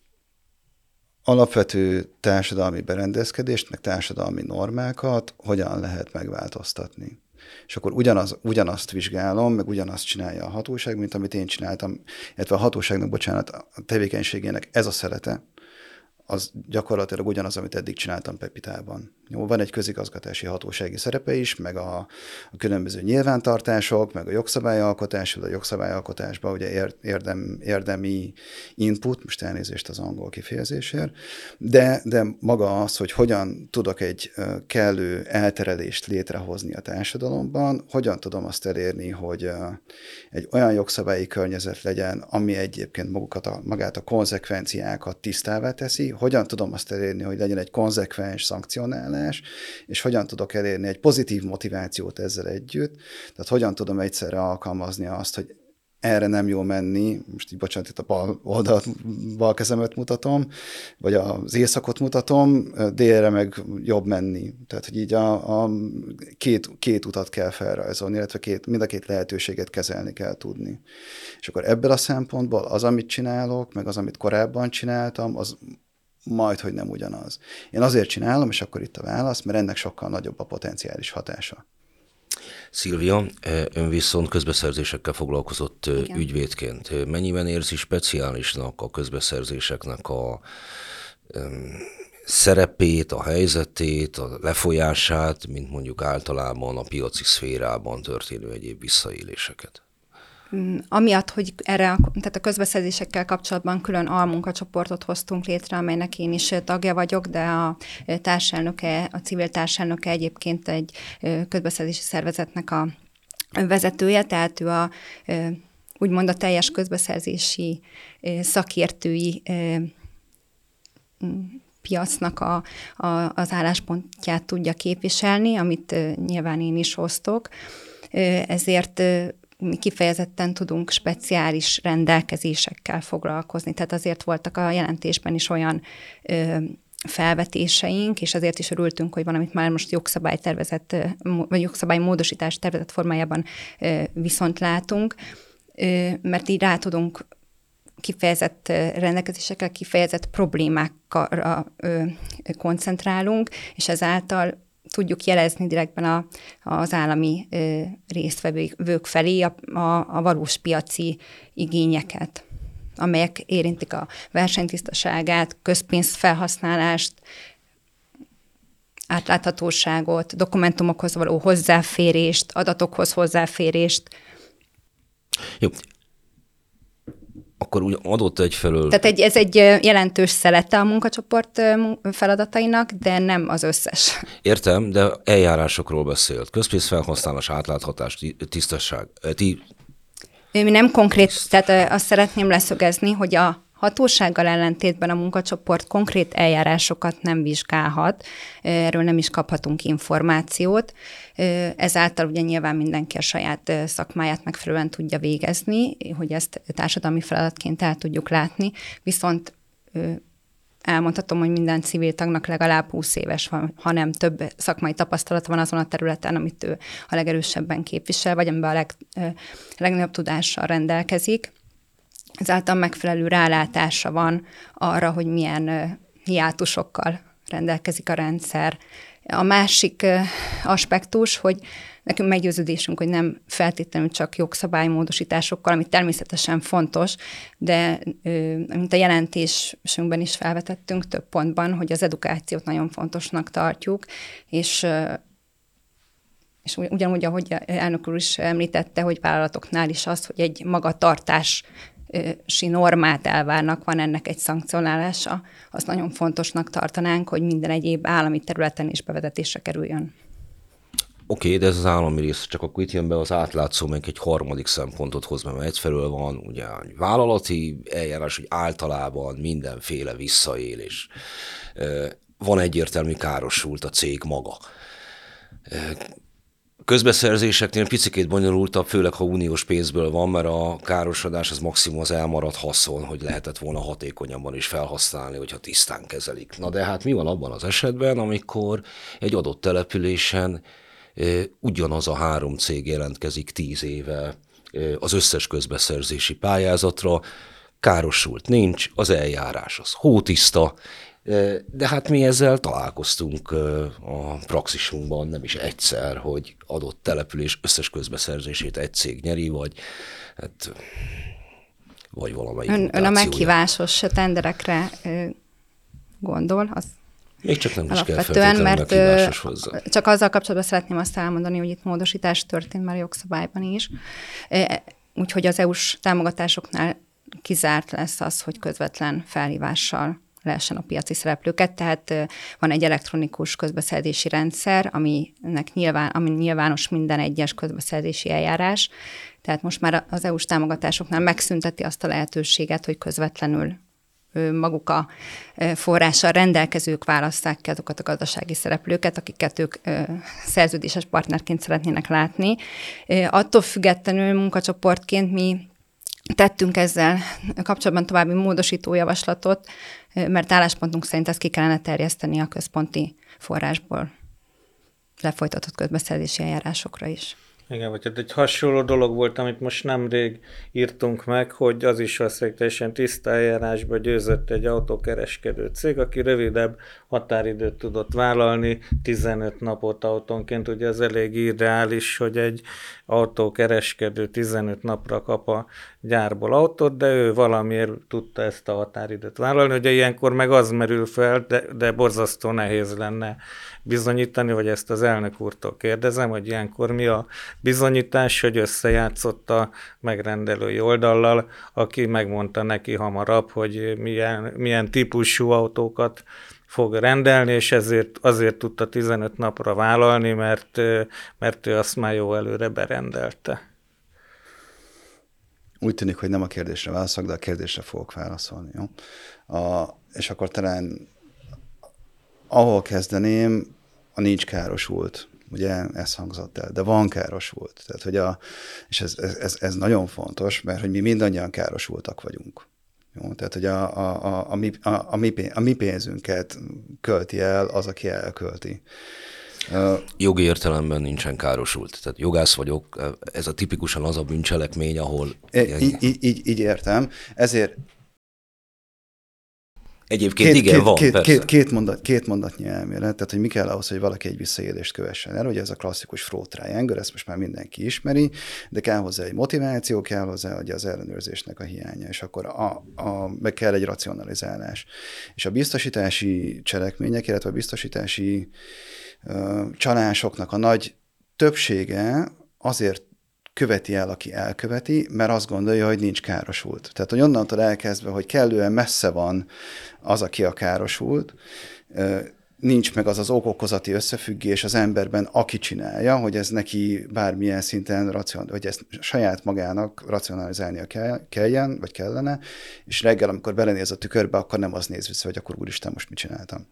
alapvető társadalmi berendezkedést, meg társadalmi normákat hogyan lehet megváltoztatni. És akkor ugyanazt vizsgálom, meg ugyanazt csinálja a hatóság, mint amit én csináltam, illetve a hatóságnak, bocsánat, a tevékenységének ez a szelete, az gyakorlatilag ugyanaz, amit eddig csináltam Pepitában. Jó, van egy közigazgatási hatósági szerepe is, meg a különböző nyilvántartások, meg a jogszabályalkotás, a jogszabályalkotásban ugye érdemi input, most elnézést az angol kifejezésért, de maga az, hogy hogyan tudok egy kellő elterelést létrehozni a társadalomban, hogyan tudom azt elérni, hogy egy olyan jogszabályi környezet legyen, ami egyébként magát a konzekvenciákat tisztává teszi, hogyan tudom azt elérni, hogy legyen egy konzekvens szankcionálás, és hogyan tudok elérni egy pozitív motivációt ezzel együtt, tehát hogyan tudom egyszerre alkalmazni azt, hogy erre nem jó menni, most így bocsánat, itt a bal oldalt, bal kezemet mutatom, vagy az északot mutatom, délre meg jobb menni. Tehát, hogy így a két utat kell felrajzolni, illetve mind a két lehetőséget kezelni kell tudni. És akkor ebből a szempontból az, amit csinálok, meg az, amit korábban csináltam, az majdhogy nem ugyanaz. Én azért csinálom, és akkor itt a válasz, mert ennek sokkal nagyobb a potenciális hatása. Szilvia, ön viszont közbeszerzésekkel foglalkozott Igen. ügyvédként. Mennyiben érzi speciálisnak a közbeszerzéseknek a szerepét, a helyzetét, a lefolyását, mint mondjuk általában a piaci szférában történő egyéb visszaéléseket? Amiatt, hogy tehát a közbeszerzésekkel kapcsolatban külön almunkacsoportot hoztunk létre, amelynek én is tagja vagyok, de a társelnöke, a civil társelnöke egyébként egy közbeszerzési szervezetnek a vezetője, tehát ő úgymond a teljes közbeszerzési szakértői piacnak az álláspontját tudja képviselni, amit nyilván én is osztok. Ezért mi kifejezetten tudunk speciális rendelkezésekkel foglalkozni. Tehát azért voltak a jelentésben is olyan felvetéseink, és azért is örültünk, hogy valamit már most jogszabálytervezet, vagy jogszabálymódosítás tervezet formájában viszont látunk, mert így rá tudunk kifejezett rendelkezésekkel, kifejezett problémákra koncentrálunk, és ezáltal tudjuk jelezni direktben az állami résztvevők felé a valós piaci igényeket, amelyek érintik a versenytisztaságát, közpénzfelhasználást, átláthatóságot, dokumentumokhoz való hozzáférést, adatokhoz hozzáférést. Jó. Akkor úgy adott egyfelől... Tehát ez egy jelentős szelete a munkacsoport feladatainak, de nem az összes. Értem, de eljárásokról beszélt. Közpénzfelhasználás, átláthatás, tisztaság. Mi nem konkrét, tehát azt szeretném leszögezni, hogy a hatósággal ellentétben a munkacsoport konkrét eljárásokat nem vizsgálhat, erről nem is kaphatunk információt, ezáltal ugye nyilván mindenki a saját szakmáját megfelelően tudja végezni, hogy ezt társadalmi feladatként el tudjuk látni, viszont elmondhatom, hogy minden civil tagnak legalább 20 éves, hanem több szakmai tapasztalata van azon a területen, amit ő a legerősebben képvisel, vagy amiben a legnagyobb tudással rendelkezik. Ezáltal megfelelő rálátása van arra, hogy milyen hiátusokkal rendelkezik a rendszer. A másik aspektus, hogy nekünk meggyőződésünk, hogy nem feltétlenül csak jogszabálymódosításokkal, ami természetesen fontos, de mint a jelentésünkben is felvetettünk több pontban, hogy az edukációt nagyon fontosnak tartjuk, és ugyanúgy, ahogy elnök úr is említette, hogy vállalatoknál is az, hogy egy magatartási normát elvárnak, van ennek egy szankcionálása, azt nagyon fontosnak tartanánk, hogy minden egyéb állami területen is bevezetésre kerüljön. Oké, de ez az állami rész, csak akkor itt jön be az átlátszó, meg egy harmadik szempontot hoz, mert egyfelől van ugye egy vállalati eljárás, hogy általában mindenféle visszaélés. Van egyértelmű károsult a cég maga. Közbeszerzéseknél picikét bonyolultabb, főleg ha uniós pénzből van, mert a károsodás az maximum az elmaradt haszon, hogy lehetett volna hatékonyabban is felhasználni, hogyha tisztán kezelik. Na de hát mi van abban az esetben, amikor egy adott településen ugyanaz a 3 cég jelentkezik 10 éve az összes közbeszerzési pályázatra, károsult nincs, az eljárás az hótiszta, de hát mi ezzel találkoztunk a praxisunkban nem is egyszer, hogy adott település összes közbeszerzését egy cég nyeri, vagy valamelyik Ön a mutációja. meghívásos tenderekre gondol, az Még csak nem is kell alapvetően, feltétlenül mert meghívásos hozzá. csak azzal kapcsolatban szeretném azt elmondani, hogy itt módosítás történt már a jogszabályban is, úgyhogy az EU-s támogatásoknál kizárt lesz az, hogy közvetlen felhívással lehessen a piaci szereplőket, tehát van egy elektronikus közbeszerzési rendszer, ami nyilvános minden egyes közbeszerzési eljárás, tehát most már az EU-s támogatásoknál megszünteti azt a lehetőséget, hogy közvetlenül maguk a forrással rendelkezők válasszák ki azokat a gazdasági szereplőket, akiket ők szerződéses partnerként szeretnének látni. Attól függetlenül munkacsoportként mi tettünk ezzel kapcsolatban további módosító javaslatot, mert álláspontunk szerint ezt ki kellene terjeszteni a központi forrásból lefolytatott közbeszerzési eljárásokra is. Igen, vagy hát egy hasonló dolog volt, amit most nemrég írtunk meg, hogy az is valószínűleg teljesen tiszta eljárásba győzött egy autókereskedő cég, aki rövidebb határidőt tudott vállalni, 15 napot autónként. Ugye ez elég irreális, hogy egy autókereskedő 15 napra kap a gyárból autót, de ő valamiért tudta ezt a határidőt vállalni. Ugye ilyenkor meg az merül fel, de borzasztó nehéz lenne bizonyítani, vagy ezt az elnök úrtól kérdezem, hogy ilyenkor mi a bizonyítás, hogy összejátszott a megrendelői oldallal, aki megmondta neki hamarabb, hogy milyen típusú autókat fog rendelni, és azért tudta 15 napra vállalni, mert ő azt már jó előre berendelte. Úgy tűnik, hogy nem a kérdésre válaszolok, de a kérdésre fogok válaszolni. Jó? És akkor talán ahol kezdeném, a nincs károsult. Ugye ez hangzott el, de van károsult. Tehát, hogy és ez nagyon fontos, mert hogy mi mindannyian károsultak vagyunk. Jó? Tehát, hogy a mi pénzünket költi el az, aki elkölti. Jogi értelemben nincsen károsult. Tehát jogász vagyok, ez a tipikusan az a bűncselekmény, ahol... Így értem. Ezért Egyébként igen, van, persze. Két mondatnyi elmélet, tehát hogy mi kell ahhoz, hogy valaki egy visszaélést kövessen el. Ugye ez a klasszikus fraud triangle, ezt most már mindenki ismeri, de kell hozzá egy motiváció, kell hozzá ugye az ellenőrzésnek a hiánya, és akkor meg kell egy racionalizálás. És a biztosítási cselekmények, illetve a biztosítási csalásoknak a nagy többsége azért követi el, aki elköveti, mert azt gondolja, hogy nincs károsult. Tehát, hogy onnantól elkezdve, hogy kellően messze van az, aki a károsult, nincs meg az az okokozati összefüggés az emberben, aki csinálja, hogy ez neki bármilyen szinten, hogy ezt saját magának racionalizálnia kelljen, vagy kellene, és reggel, amikor belenéz a tükörbe, akkor nem az néz vissza, hogy akkor úristen, most mit csináltam.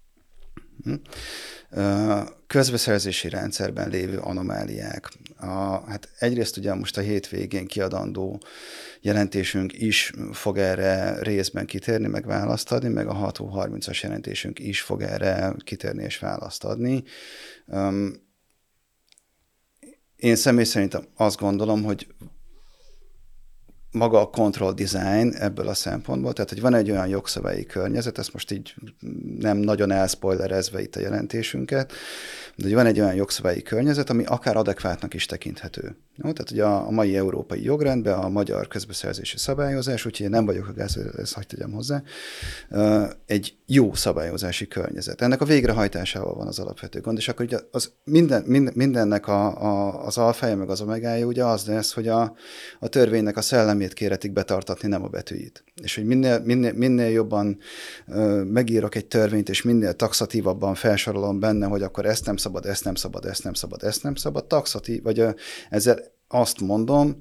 Közbeszerzési rendszerben lévő anomáliák. Hát egyrészt ugye most a hétvégén kiadandó jelentésünk is fog erre részben kitérni, meg választ adni, meg a 6-30-as jelentésünk is fog erre kitérni és választ adni. Én személy szerint azt gondolom, hogy maga a control design ebből a szempontból, tehát hogy van egy olyan jogszabályi környezet, ezt most így nem nagyon elspoilerezve itt a jelentésünket, de hogy van egy olyan jogszabályi környezet, ami akár adekvátnak is tekinthető. Jó? Tehát ugye a mai európai jogrendben a magyar közbeszerzési szabályozás, úgyhogy én nem vagyok jogász, ezt hadd tegyem hozzá, egy jó szabályozási környezet. Ennek a végrehajtásával van az alapvető gond, és akkor ugye az mindennek az alfája meg az omegája ugye az lesz, hogy a törvénynek a szellemét kéretik betartatni, nem a betűit. És hogy minél jobban megírok egy törvényt, és minél taxatívabban felsorolom benne, hogy akkor ezt nem szabad, ezt nem szabad, ezt nem szabad, ezt nem szabad, taxatív, vagy ezzel azt mondom,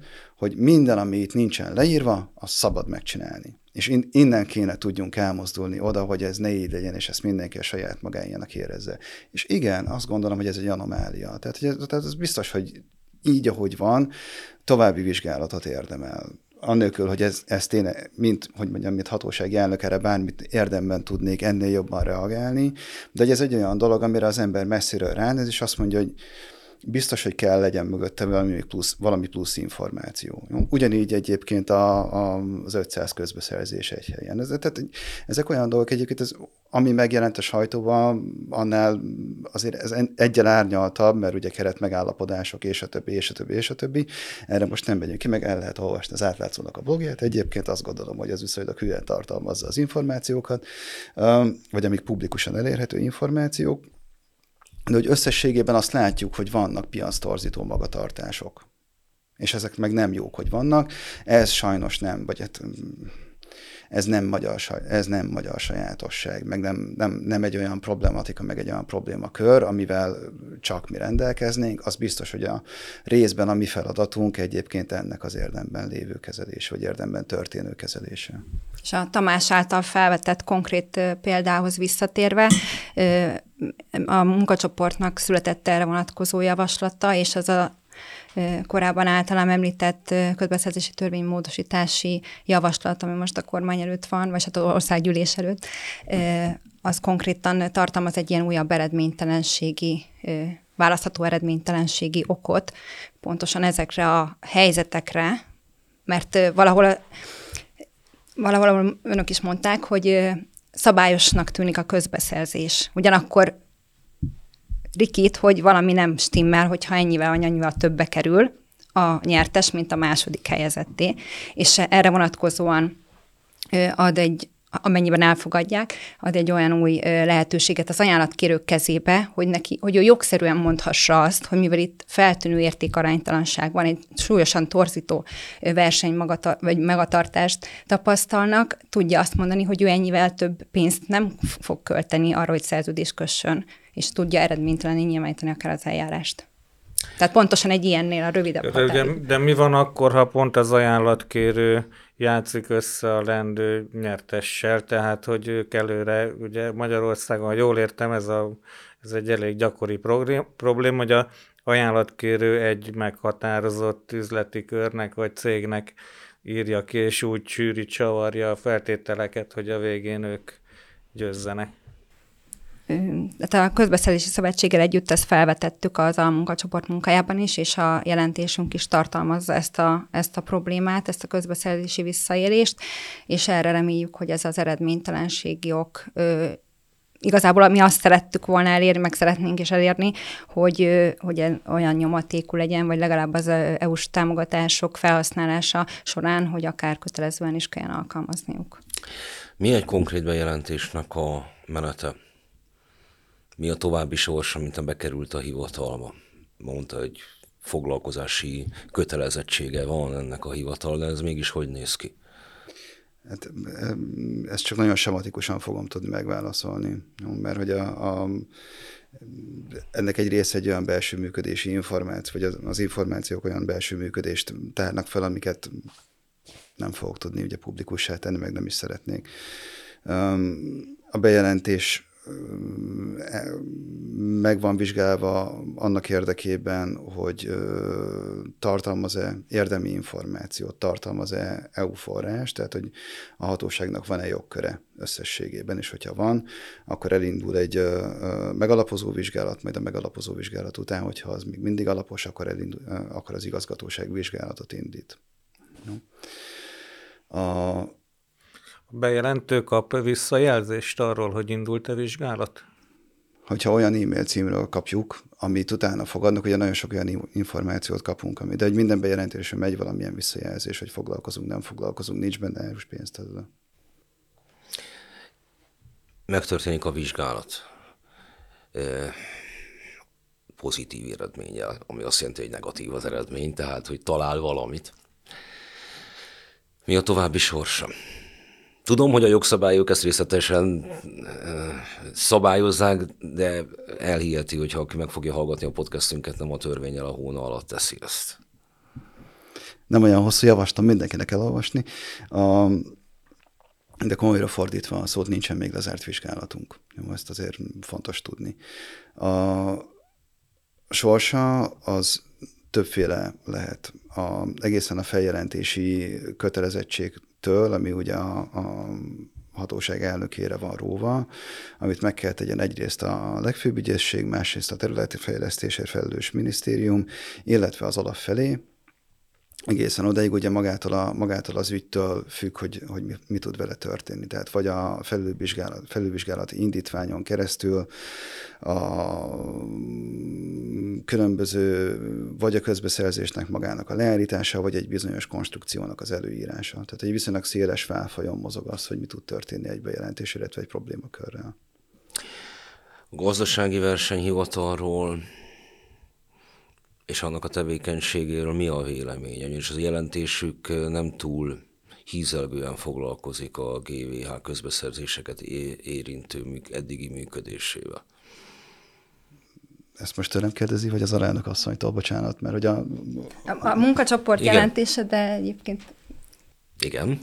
hogy minden, ami itt nincsen leírva, az szabad megcsinálni. És innen kéne tudjunk elmozdulni oda, hogy ez ne így legyen, és ezt mindenki a saját magáénak érezze. És igen, azt gondolom, hogy ez egy anomália. Tehát ez biztos, hogy így, ahogy van, további vizsgálatot érdemel. Annélkül, hogy ezt én, mint hatósági elnök erre bármit érdemben tudnék ennél jobban reagálni, de hogy ez egy olyan dolog, amire az ember messziről ránéz, és azt mondja, hogy biztos, hogy kell legyen mögötte valami plusz információ. Ugyanígy egyébként az 500 közbeszerzés egy helyen. Tehát ezek olyan dolgok egyébként, ami megjelent a sajtóban, annál azért ez egyel árnyaltabb, mert ugye keret megállapodások, és a többi. Erre most nem megyünk ki, meg el lehet olvasni az átlátszónak a blogját. Egyébként azt gondolom, hogy az viszonylag hülyen tartalmazza az információkat, vagy amik publikusan elérhető információk. De hogy összességében azt látjuk, hogy vannak piactorzító magatartások. És ezek meg nem jók, hogy vannak. Ez sajnos nem, vagy ez nem magyar sajátosság, meg nem egy olyan problematika, meg egy olyan problémakör, amivel csak mi rendelkeznénk. Az biztos, hogy a részben a mi feladatunk egyébként ennek az érdemben lévő kezelés, vagy érdemben történő kezelése. És a Tamás által felvetett konkrét példához visszatérve, a munkacsoportnak született erre vonatkozó javaslata, és az a korábban általam említett közbeszerzési törvénymódosítási javaslat, ami most a kormány előtt van, vagy hát az országgyűlés előtt, az konkrétan tartalmaz egy ilyen újabb választható eredménytelenségi okot, pontosan ezekre a helyzetekre, mert valahol önök is mondták, hogy szabályosnak tűnik a közbeszerzés. Ugyanakkor rikít, hogy valami nem stimmel, hogyha ennyivel vagy annyival többbe kerül a nyertes, mint a második helyezetté, és erre vonatkozóan amennyiben elfogadják, ad egy olyan új lehetőséget az ajánlatkérők kezébe, hogy ő jogszerűen mondhassa azt, hogy mivel itt feltűnő értékaránytalanság van, egy súlyosan torzító verseny vagy magatartást tapasztalnak, tudja azt mondani, hogy ő ennyivel több pénzt nem fog költeni arra, hogy szerződést kössön, és tudja eredménytelenül nyilvánítani akár az eljárást. Tehát pontosan egy ilyennél a rövidebb határidő. De mi van akkor, ha pont az ajánlatkérő játszik össze a lendő nyertessel, tehát hogy ők előre, ugye Magyarországon, ha jól értem, ez egy elég gyakori probléma, hogy a ajánlatkérő egy meghatározott üzleti körnek vagy cégnek írja ki, és úgy csűri, csavarja a feltételeket, hogy a végén ők győzzenek. A Közbeszerzési Szövetséggel együtt ezt felvetettük az almunkacsoport munkájában is, és a jelentésünk is tartalmazza ezt a problémát, ezt a közbeszerzési visszaélést, és erre reméljük, hogy ez az eredménytelenségi ok igazából mi azt szerettük volna elérni, meg szeretnénk is elérni, hogy olyan nyomatékú legyen, vagy legalább az EU-s támogatások felhasználása során, hogy akár kötelezően is kelljen alkalmazniuk. Mi egy konkrét bejelentésnek a menete? Mi a további sorsa, mint bekerült a hivatalba? Mondta, hogy foglalkozási kötelezettsége van ennek a hivatal, de ez mégis hogy néz ki? Hát, ezt csak nagyon sematikusan fogom tudni megválaszolni, mert hogy ennek egy része egy olyan belső működési információ, vagy az információk olyan belső működést tárnak fel, amiket nem fogok tudni ugye publikussá tenni, meg nem is szeretnék. A bejelentés meg van vizsgálva annak érdekében, hogy tartalmaz-e érdemi információt, tartalmaz-e EU forrás, tehát hogy a hatóságnak van-e jogköre összességében, és hogyha van, akkor elindul egy megalapozó vizsgálat, majd a megalapozó vizsgálat után, hogyha az még mindig alapos, akkor az igazgatóság vizsgálatot indít. A bejelentő kap visszajelzést arról, hogy indult-e vizsgálat? Hogyha olyan e-mail címről kapjuk, amit utána fogadnak, ugye nagyon sok olyan információt kapunk, de hogy minden bejelentésre megy valamilyen visszajelzés, hogy foglalkozunk, nem foglalkozunk, nincs benne EU-s pénzt. Megtörténik a vizsgálat pozitív eredménnyel, ami azt jelenti, hogy negatív az eredmény, tehát hogy talál valamit. Mi a további sorsa? Tudom, hogy a jogszabályok ezt részletesen szabályozzák, de elhiheti, hogyha aki meg fogja hallgatni a podcastünket, nem a törvénnyel a hóna alatt teszi ezt. Nem olyan hosszú, javaslom, mindenkinek elolvasni. De komolyra fordítva a szót, nincsen még lezárt vizsgálatunk. Jó, ezt azért fontos tudni. A sorsa az többféle lehet. Egészen a feljelentési kötelezettségtől, ami ugye a hatóság elnökére van róva, amit meg kell tegyen egyrészt a legfőbb ügyészség, másrészt a területi fejlesztésért felelős minisztérium, illetve az alap felé. Egészen odaig ugye magától az ügytől függ, hogy mi tud vele történni. Tehát vagy a felülvizsgálati indítványon keresztül a különböző, vagy a közbeszerzésnek magának a leállítása, vagy egy bizonyos konstrukciónak az előírása. Tehát egy viszonylag széles válfajon mozog az, hogy mi tud történni egy bejelentés, illetve egy problémakörrel. A gazdasági versenyhivatalról és annak a tevékenységéről mi a véleményem? És az jelentésük nem túl hízelgően foglalkozik a GVH közbeszerzéseket érintő eddigi működésével. Ezt most tőlem kérdezi, vagy az alelnök asszonytól, bocsánat, mert hogy a munkacsoport Igen. jelentése, de egyébként... Igen.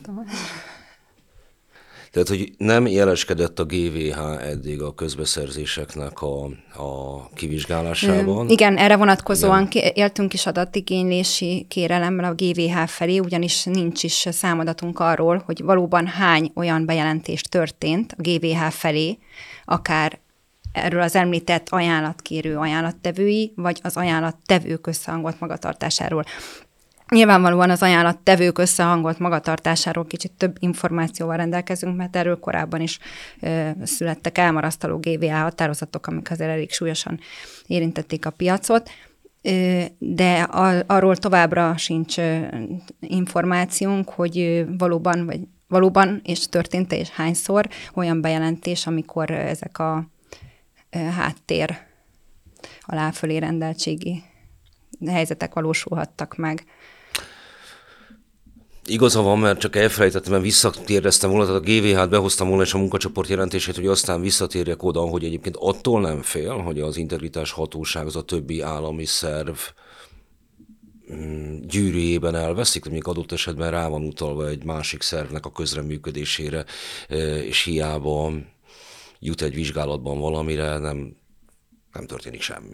Tehát, hogy nem jeleskedett a GVH eddig a közbeszerzéseknek a kivizsgálásában. Igen, erre vonatkozóan éltünk is adatigénylési kérelemmel a GVH felé, ugyanis nincs is számadatunk arról, hogy valóban hány olyan bejelentés történt a GVH felé, akár erről az említett ajánlatkérő ajánlattevői, vagy az ajánlattevők összehangolt magatartásáról. Nyilvánvalóan az ajánlattevők összehangolt magatartásáról kicsit több információval rendelkezünk, mert erről korábban is születtek elmarasztaló GVH határozatok, amik azért elég súlyosan érintették a piacot, de arról továbbra sincs információnk, hogy valóban és történt-e és hányszor olyan bejelentés, amikor ezek a háttér aláfölé rendeltségi helyzetek valósulhattak meg. Igaza van, mert csak elfelejtettem, mert visszatérdeztem volna, tehát a GVH-t behoztam volna és a munkacsoport jelentését, hogy aztán visszatérjek oda, hogy egyébként attól nem fél, hogy az integritás hatóság az a többi állami szerv gyűrűjében elveszik, mondjuk adott esetben rá van utalva egy másik szervnek a közreműködésére, és hiába jut egy vizsgálatban valamire, nem történik semmi.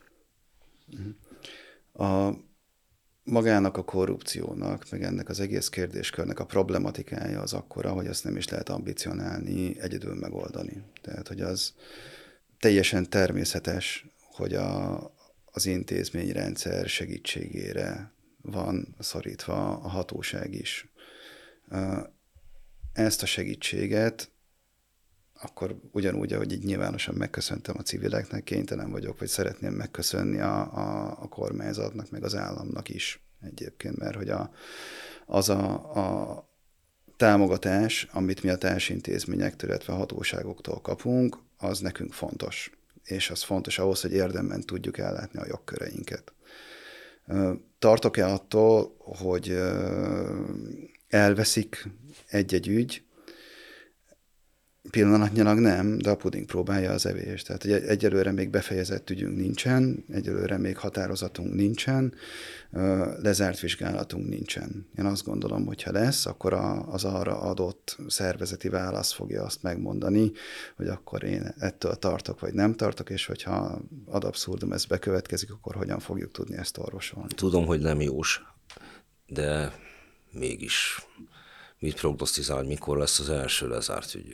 Magának a korrupciónak, meg ennek az egész kérdéskörnek a problematikája az akkora, hogy azt nem is lehet ambicionálni, egyedül megoldani. Tehát, hogy az teljesen természetes, hogy az intézményrendszer segítségére van szorítva a hatóság is. Ezt a segítséget akkor ugyanúgy, ahogy így nyilvánosan megköszöntem a civileknek, kénytelen vagyok, vagy szeretném megköszönni a kormányzatnak, meg az államnak is egyébként, mert hogy az a támogatás, amit mi a társintézményektől, illetve a hatóságoktól kapunk, az nekünk fontos. És az fontos ahhoz, hogy érdemben tudjuk ellátni a jogköreinket. Tartok-e attól, hogy elveszik egy-egy ügy? Pillanatnyilag nem, de a puding próbálja az evést. Tehát egyelőre még befejezett ügyünk nincsen, egyelőre még határozatunk nincsen, lezárt vizsgálatunk nincsen. Én azt gondolom, hogy ha lesz, akkor az arra adott szervezeti válasz fogja azt megmondani, hogy akkor én ettől tartok, vagy nem tartok, és hogyha ad abszurdum ez bekövetkezik, akkor hogyan fogjuk tudni ezt orvosolni. Tudom, hogy nem jós, de mégis mit prognosztizál, mikor lesz az első lezárt ügyük?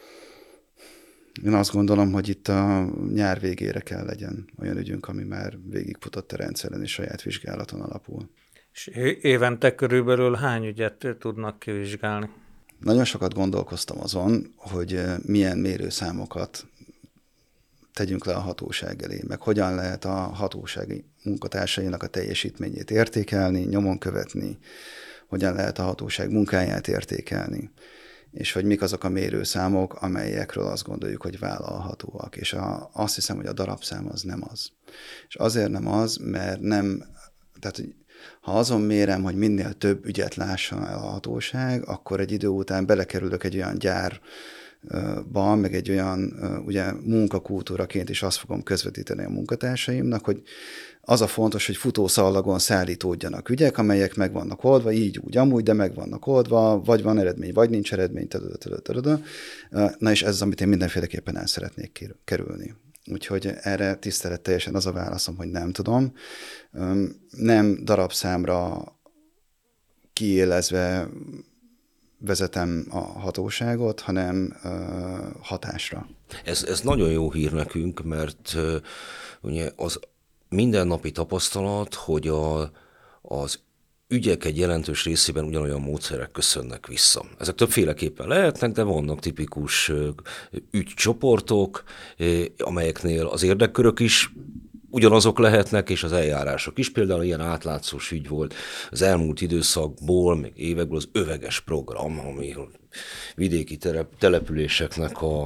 Én azt gondolom, hogy itt a nyár végére kell legyen olyan ügyünk, ami már végigfutott a rendszeren és saját vizsgálaton alapul. És évente körülbelül hány ügyet tudnak kivizsgálni? Nagyon sokat gondolkoztam azon, hogy milyen mérőszámokat tegyünk le a hatóság elé, meg hogyan lehet a hatósági munkatársainak a teljesítményét értékelni, nyomon követni, hogyan lehet a hatóság munkáját értékelni, és hogy mik azok a mérőszámok, amelyekről azt gondoljuk, hogy vállalhatóak. És azt hiszem, hogy a darabszám az nem az. És azért nem az, mert nem, tehát ha azon mérem, hogy minél több ügyet lásson el a hatóság, akkor egy idő után belekerülök egy olyan gyár meg egy olyan ugye munkakultúraként is azt fogom közvetíteni a munkatársaimnak, hogy az a fontos, hogy futószallagon szállítódjanak ügyek, amelyek meg vannak oldva, így, úgy, amúgy, de meg vannak oldva, vagy van eredmény, vagy nincs eredmény, Na és ez az, amit én mindenféleképpen el szeretnék kerülni. Úgyhogy erre tiszteletteljesen az a válaszom, hogy nem tudom. Nem darabszámra kiélezve vezetem a hatóságot, hanem hatásra. Ez nagyon jó hír nekünk, mert ugye az mindennapi tapasztalat, hogy az ügyek egy jelentős részében ugyanolyan módszerek köszönnek vissza. Ezek többféleképpen lehetnek, de vannak tipikus ügycsoportok, amelyeknél az érdekkörök is ugyanazok lehetnek, és az eljárások is. Például ilyen átlátszós ügy volt az elmúlt időszakból, még évekből az öveges program, ami vidéki településeknek a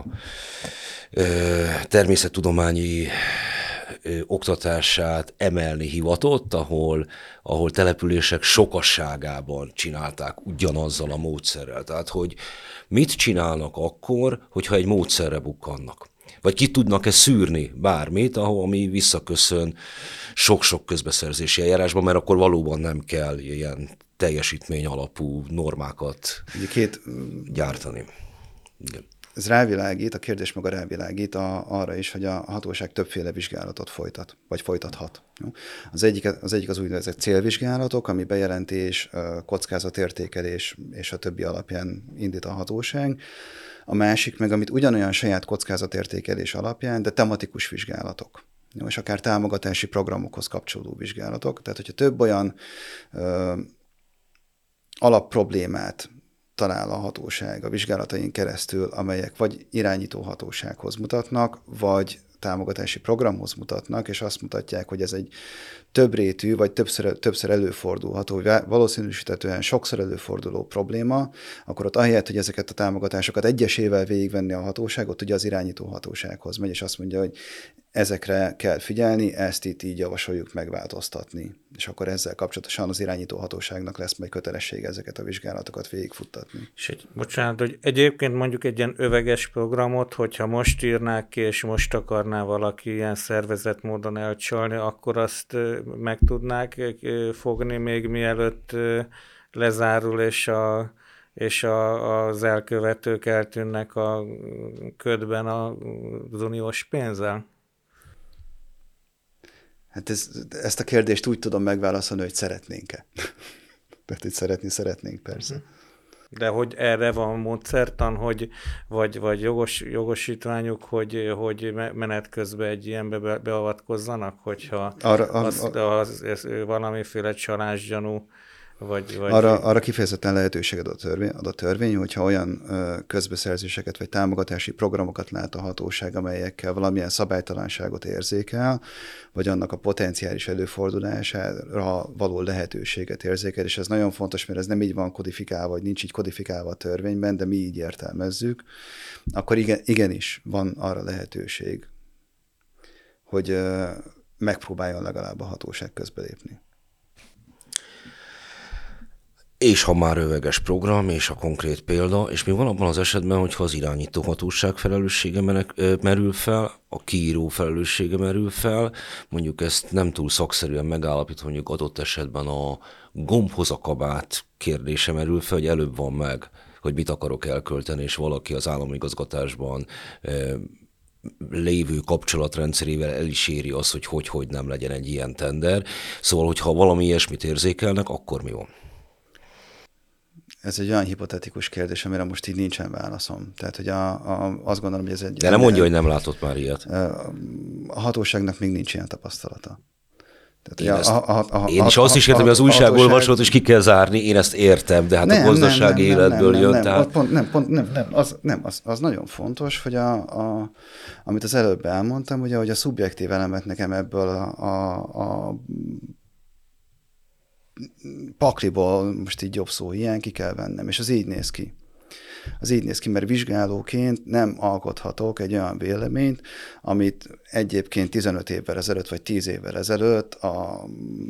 természettudományi oktatását emelni hivatott, ahol települések sokasságában csinálták ugyanazzal a módszerrel. Tehát, hogy mit csinálnak akkor, hogyha egy módszerre bukkannak. Vagy ki tudnak-e szűrni bármit, ami visszaköszön sok-sok közbeszerzési eljárásban, mert akkor valóban nem kell ilyen teljesítmény alapú normákat gyártani. Igen. Ez rávilágít, a kérdés maga rávilágít arra is, hogy a hatóság többféle vizsgálatot folytat, vagy folytathat. Az egyik az úgynevezett célvizsgálatok, ami bejelentés, kockázatértékelés és a többi alapján indít a hatóság. A másik meg, amit ugyanolyan saját kockázatértékelés alapján, de tematikus vizsgálatok. És akár támogatási programokhoz kapcsolódó vizsgálatok. Tehát, hogyha több olyan alapproblémát talál a hatóság a vizsgálatain keresztül, amelyek vagy irányító hatósághoz mutatnak, vagy támogatási programhoz mutatnak, és azt mutatják, hogy ez egy többrétű, vagy többször előfordulható, valószínűsítetően sokszor előforduló probléma, akkor ott ahelyett, hogy ezeket a támogatásokat egyesével végigvenni a hatóságot, ugye az irányító hatósághoz megy, és azt mondja, hogy ezekre kell figyelni, ezt itt így javasoljuk megváltoztatni. És akkor ezzel kapcsolatosan az irányító hatóságnak lesz majd kötelessége ezeket a vizsgálatokat végigfuttatni. És bocsánat, hogy egyébként mondjuk egy ilyen öveges programot, hogyha most írnák ki, és most akarná valaki ilyen szervezett módon elcsalni, akkor azt meg tudnák fogni még mielőtt lezárul, és az elkövetők eltűnnek a ködben az uniós pénzzel? Hát ezt a kérdést úgy tudom megválaszolni, hogy szeretnénk-e. Tehát, hogy szeretnénk persze. De hogy erre van módszertan, vagy jogosítványuk, hogy menet közben egy ilyenbe beavatkozzanak, hogyha az valamiféle csalásgyanú, vagy... Arra kifejezetten lehetőséget ad a törvény, hogyha olyan közbeszerzéseket vagy támogatási programokat lát a hatóság, amelyekkel valamilyen szabálytalanságot érzékel, vagy annak a potenciális előfordulására való lehetőséget érzékel, és ez nagyon fontos, mert ez nem így van kodifikálva, vagy nincs így kodifikálva a törvényben, de mi így értelmezzük, akkor igenis van arra lehetőség, hogy megpróbáljon legalább a hatóság közbelépni. És ha már öveges program, és a konkrét példa, és mi van abban az esetben, hogyha az irányító hatóság felelőssége merül fel, a kiíró felelőssége merül fel, mondjuk ezt nem túl szakszerűen megállapít, mondjuk adott esetben a gombhoz a kabát kérdése merül fel, hogy előbb van meg, hogy mit akarok elkölteni, és valaki az államigazgatásban lévő kapcsolatrendszerével el is éri azt, hogy nem legyen egy ilyen tender. Szóval, hogyha valami ilyesmit érzékelnek, akkor mi van? Ez egy olyan hipotetikus kérdés, amire most így nincsen válaszom. Tehát, hogy azt gondolom, hogy ez egy... De nem mondja, hogy nem látott már ilyet. A hatóságnak még nincs ilyen tapasztalata. Tehát én is azt is értem, hogy az újságolvasót is ki kell zárni, én ezt értem, de hát a gazdasági életből jön. Az nagyon fontos, hogy amit az előbb elmondtam, ugye, hogy a szubjektív elemet nekem ebből a pakliból, most így jobb szó hiány, ki kell vennem, és az így néz ki. Az így néz ki, mert vizsgálóként nem alkothatok egy olyan véleményt, amit egyébként 15 évvel ezelőtt, vagy 10 évvel ezelőtt a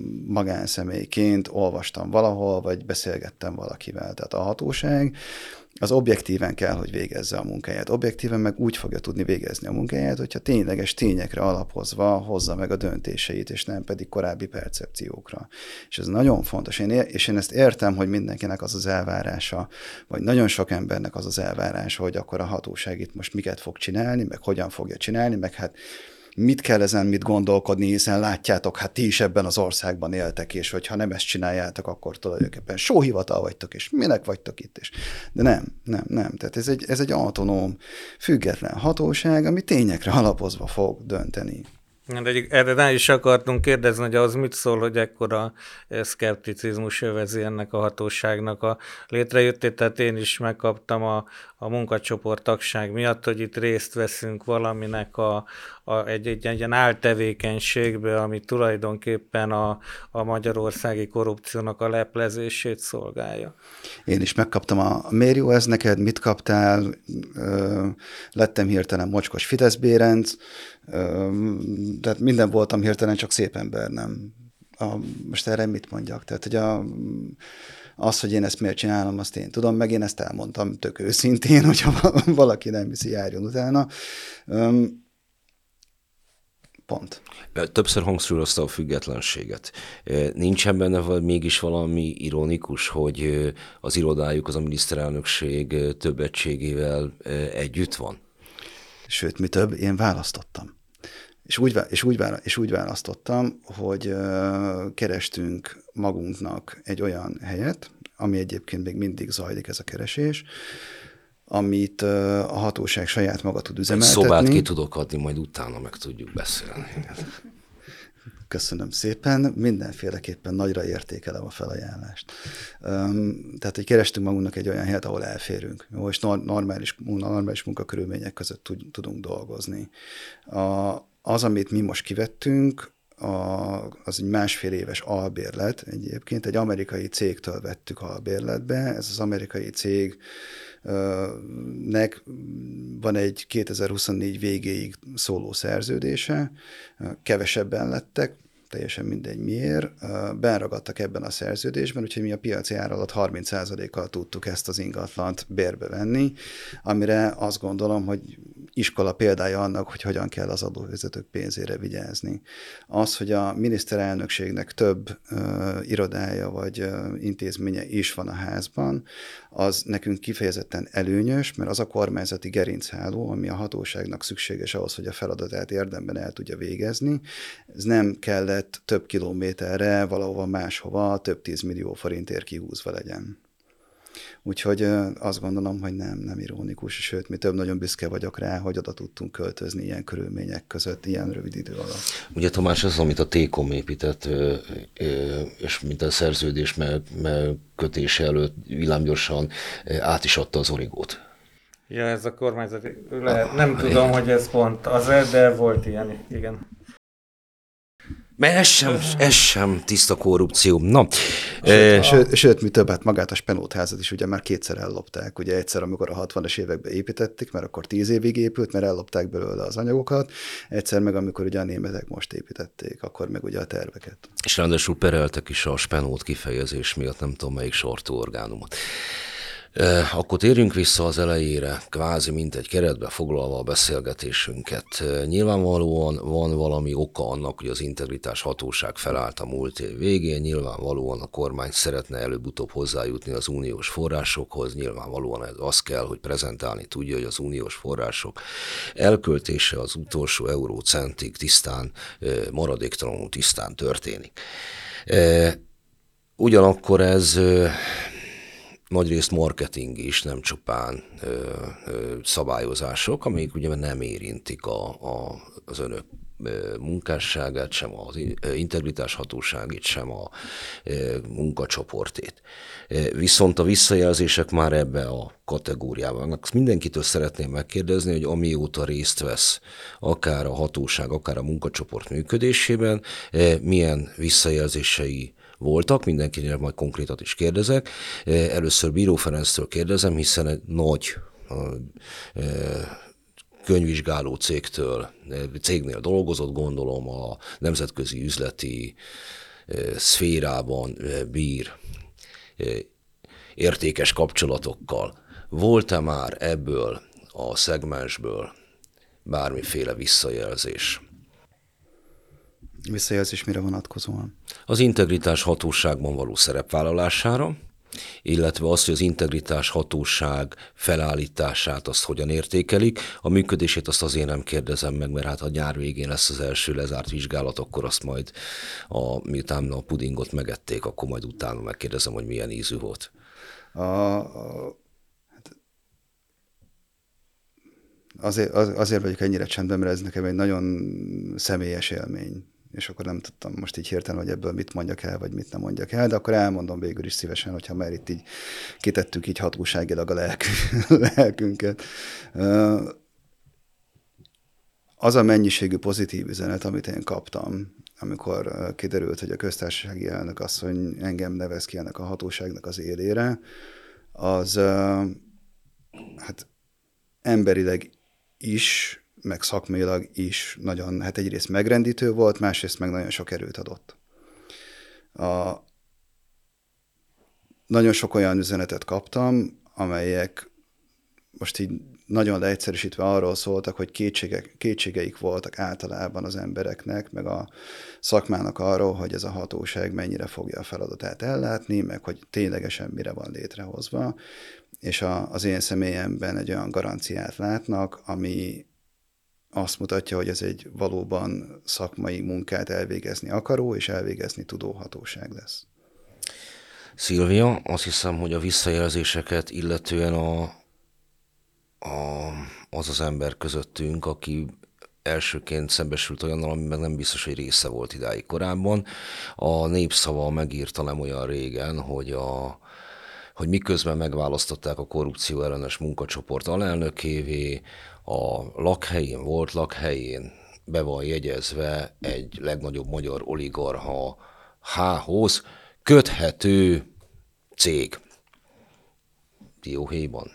magánszemélyként olvastam valahol, vagy beszélgettem valakivel. Tehát a hatóság az objektíven kell, hogy végezze a munkáját. Objektíven meg úgy fogja tudni végezni a munkáját, hogyha tényleges tényekre alapozva hozza meg a döntéseit, és nem pedig korábbi percepciókra. És ez nagyon fontos. És én ezt értem, hogy mindenkinek az az elvárása, vagy nagyon sok embernek az az elvárása, hogy akkor a hatóság itt most miket fog csinálni, meg hogyan fogja csinálni, meg hát mit kell ezen mit gondolkodni, hiszen látjátok, hát ti is ebben az országban éltek, és hogyha nem ezt csináljátok, akkor tulajdonképpen sóhivatal vagytok, és minek vagytok itt is. De nem. Tehát ez egy autonóm, független hatóság, ami tényekre alapozva fog dönteni. Erre rá is akartunk kérdezni, hogy az mit szól, hogy ekkora szkepticizmus övezi ennek a hatóságnak a létrejöttét. Tehát én is megkaptam a munkacsoport tagság miatt, hogy itt részt veszünk valaminek egy ilyen áltevékenységbe, ami tulajdonképpen a magyarországi korrupciónak a leplezését szolgálja. Én is megkaptam miért jó ez neked, mit kaptál, lettem hirtelen mocskos Fidesz Bérenc, tehát minden voltam hirtelen, csak szép ember, nem. Most erre mit mondjak? Tehát, hogy az, hogy én ezt miért csinálom, azt én tudom, meg én ezt elmondtam tök őszintén, hogyha valaki nem hiszi, járjon utána. Pont. Többször hangsúlyozta a függetlenséget. Nincsen benne mégis valami ironikus, hogy az irodájuk az a miniszterelnökség több egységével együtt van? Sőt, mi több, én választottam. És úgy választottam, hogy kerestünk magunknak egy olyan helyet, ami egyébként még mindig zajlik ez a keresés, amit a hatóság saját maga tud üzemeltetni. Szobát ki tudok adni, majd utána meg tudjuk beszélni. Köszönöm szépen, mindenféleképpen nagyra értékelem a felajánlást. Tehát, hogy kerestünk magunknak egy olyan helyet, ahol elférünk, és normális munkakörülmények között tudunk dolgozni. Az, amit mi most kivettünk, az egy 1,5 éves albérlet egyébként. Egy amerikai cégtől vettük albérletbe. Ez az amerikai cégnek van egy 2024 végéig szóló szerződése. Kevesebben lettek, teljesen mindegy miért. Benragadtak ebben a szerződésben, úgyhogy mi a piaci ár alatt 30%-kal tudtuk ezt az ingatlant bérbe venni, amire azt gondolom, hogy iskola példája annak, hogy hogyan kell az adófizetők pénzére vigyázni. Az, hogy a miniszterelnökségnek több irodája vagy intézménye is van a házban, az nekünk kifejezetten előnyös, mert az a kormányzati gerincháló, ami a hatóságnak szükséges ahhoz, hogy a feladatát érdemben el tudja végezni, ez nem kellett több kilométerre, valahova máshova, több 10 millió forintért kihúzva legyen. Úgyhogy azt gondolom, hogy nem ironikus, sőt, mi több nagyon büszke vagyok rá, hogy oda tudtunk költözni ilyen körülmények között, ilyen rövid idő alatt. Ugye Tamás, az, amit a Tékom épített, és mint a szerződés kötése előtt villámgyorsan át is adta az origót. Ja, ez a kormányzati, nem tudom, hogy ez pont az, de volt ilyen, igen. Mert ez sem tiszta korrupció. Na. Sőt, mi több, hát magát a Spenót házat is ugye már kétszer ellopták. Ugye egyszer, amikor a 60-as években építették, mert akkor 10 évig épült, mert ellopták belőle az anyagokat. Egyszer meg, amikor ugye a németek most építették, akkor meg ugye a terveket. És ráadásul pereltek is a Spenót kifejezés miatt, nem tudom melyik sartóorgánumot. Akkor térjünk vissza az elejére, kvázi mint egy keretbe foglalva a beszélgetésünket. Nyilvánvalóan van valami oka annak, hogy az Integritás Hatóság felállt a múlt év végén, nyilvánvalóan a kormány szeretne előbb-utóbb hozzájutni az uniós forrásokhoz, nyilvánvalóan az kell, hogy prezentálni tudja, hogy az uniós források elköltése az utolsó eurócentig tisztán, maradéktalanul tisztán történik. Ugyanakkor ez nagyrészt marketing is, nem csupán szabályozások, amik ugye nem érintik az önök munkásságát, sem az Integritás Hatóságét, sem a munkacsoportét. Viszont a visszajelzések már ebbe a kategóriában. Mindenkitől szeretném megkérdezni, hogy amióta részt vesz akár a hatóság, akár a munkacsoport működésében, milyen visszajelzései voltak, mindenkinél majd konkrétat is kérdezek. Először Bíró Ferenctől kérdezem, hiszen egy nagy könyvvizsgáló cégnél dolgozott, gondolom a nemzetközi üzleti szférában bír értékes kapcsolatokkal. volt-e már ebből a szegmensből bármiféle visszajelzés? Visszajelzés mire vonatkozóan? Az integritás hatóságban való szerepvállalására, illetve az, hogy az integritás hatóság felállítását azt hogyan értékelik. A működését azt azért nem kérdezem meg, mert hát a nyár végén lesz az első lezárt vizsgálat, akkor azt majd, miután a pudingot megették, akkor majd utána megkérdezem, hogy milyen ízű volt. Azért vagyok ennyire csendben, mert ez nekem egy nagyon személyes élmény, és akkor nem tudtam most így hirtelen, hogy ebből mit mondjak el, vagy mit nem mondjak el, de akkor elmondom végül is szívesen, hogyha már itt így kitettük így hatóságilag a lelkünket. Az a mennyiségű pozitív üzenet, amit én kaptam, amikor kiderült, hogy a köztársasági elnök asszony engem nevez ki ennek a hatóságnak az élére, az hát emberileg is, meg szakmailag is nagyon, hát egyrészt megrendítő volt, másrészt meg nagyon sok erőt adott. Nagyon sok olyan üzenetet kaptam, amelyek most így nagyon leegyszerűsítve arról szóltak, hogy kétségeik voltak általában az embereknek, meg a szakmának arról, hogy ez a hatóság mennyire fogja a feladatát ellátni, meg hogy ténylegesen mire van létrehozva, és az én személyemben egy olyan garanciát látnak, ami azt mutatja, hogy ez egy valóban szakmai munkát elvégezni akaró és elvégezni tudó hatóság lesz. Szilvia, azt hiszem, hogy a visszajelzéseket illetően az ember közöttünk, aki elsőként szembesült olyannal, ami meg nem biztos, hogy része volt idáig korábban. A Népszava megírta nem olyan régen, hogy miközben megválasztották a korrupció ellenes munkacsoport alelnökévé, a volt lakhelyén be van jegyezve egy legnagyobb magyar oligarcha H-hoz köthető cég. Dióhéjban.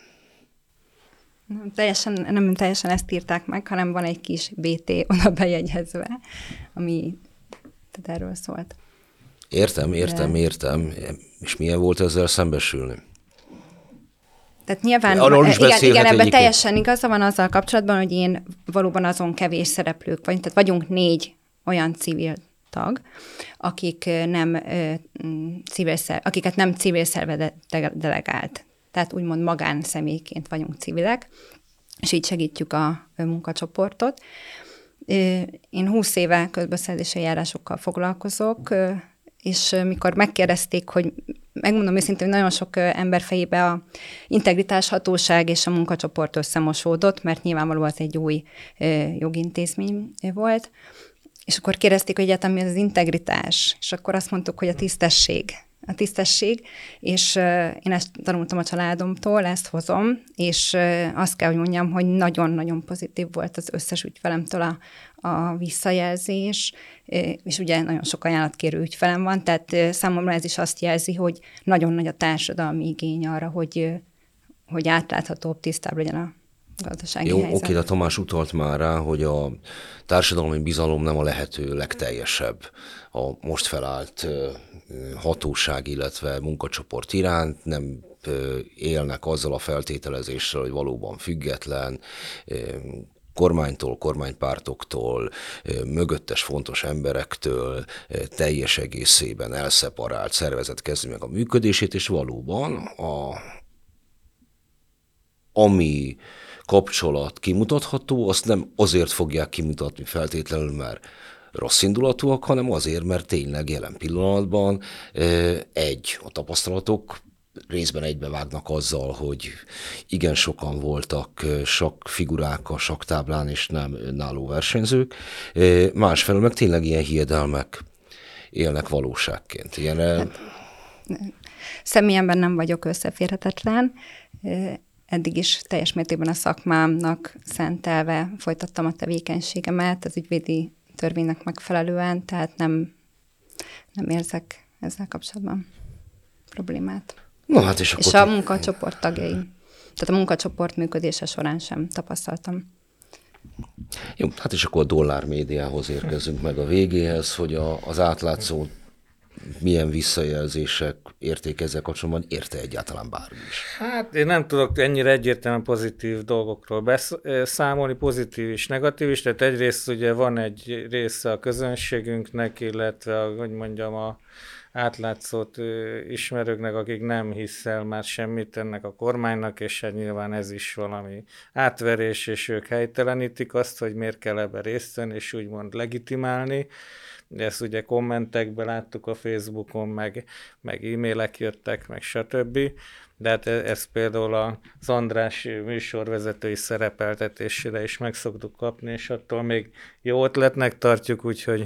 Nem teljesen ezt írták meg, hanem van egy kis BT oda bejegyezve, ami tehát erről szólt. Értem. És milyen volt ezzel szembesülni? Tehát nyilván, igen, ebben teljesen igaza van azzal kapcsolatban, hogy én valóban azon kevés szereplők vagyunk, tehát vagyunk 4 olyan civil tag, akiket nem civil szerve delegált. Tehát úgymond magánszemélyként vagyunk civilek, és így segítjük a munkacsoportot. Én 20 éve közbeszerzési eljárásokkal foglalkozok, és mikor megkérdezték, hogy megmondom őszintén, hogy nagyon sok ember fejébe a integritás hatóság és a munkacsoport összemosódott, mert nyilvánvalóan az egy új jogintézmény volt, és akkor kérdezték, hogy egyáltalán mi az integritás, és akkor azt mondtuk, hogy a tisztesség, és én ezt tanultam a családomtól, ezt hozom, és azt kell, hogy mondjam, hogy nagyon-nagyon pozitív volt az összes ügyfelemtől a visszajelzés, és ugye nagyon sok ajánlatkérő ügyfelem van, tehát számomra ez is azt jelzi, hogy nagyon nagy a társadalmi igény arra, hogy átláthatóbb, tisztább legyen a gazdasági helyzet. Oké, de Tamás utalt már rá, hogy a társadalmi bizalom nem a lehető legteljesebb a most felállt hatóság, illetve munkacsoport iránt, nem élnek azzal a feltételezéssel, hogy valóban független, kormánytól, kormánypártoktól, mögöttes fontos emberektől teljes egészében elszeparált szervezet kezdi meg a működését, és valóban ami kapcsolat kimutatható, azt nem azért fogják kimutatni feltétlenül, mert rossz indulatúak, hanem azért, mert tényleg jelen pillanatban a tapasztalatok részben egybevágnak azzal, hogy igen sokan voltak sakkfigurák a sakktáblán, és nem önálló versenyzők. Másfelől meg tényleg ilyen hiedelmek élnek valóságként. Személyemben nem vagyok összeférhetetlen. Eddig is teljes mértékben a szakmámnak szentelve folytattam a tevékenységemet az ügyvédi törvénynek megfelelően, tehát nem érzek ezzel kapcsolatban problémát. Na, hát és a munkacsoport tagjai. Tehát a munkacsoport működése során sem tapasztaltam. Jó, hát és akkor a Dollár médiához érkezünk meg a végéhez, hogy az átlátszó milyen visszajelzések érték ezzel kapcsolatban, érte egyáltalán bármi is? Hát én nem tudok ennyire egyértelműen pozitív dolgokról beszámolni, pozitív és negatív is, tehát egyrészt ugye van egy része a közönségünknek, illetve, hogy mondjam, a átlátszót ismerőknek, akik nem hiszel már semmit ennek a kormánynak, és hát nyilván ez is valami átverés, és ők helytelenítik azt, hogy miért kell ebben részt venni, és úgymond legitimálni. Ezt ugye kommentekben láttuk a Facebookon, meg e-mailek jöttek, meg stb. De hát ez például az András műsorvezetői szerepeltetésére is meg szoktuk kapni, és attól még jó ötletnek tartjuk, úgyhogy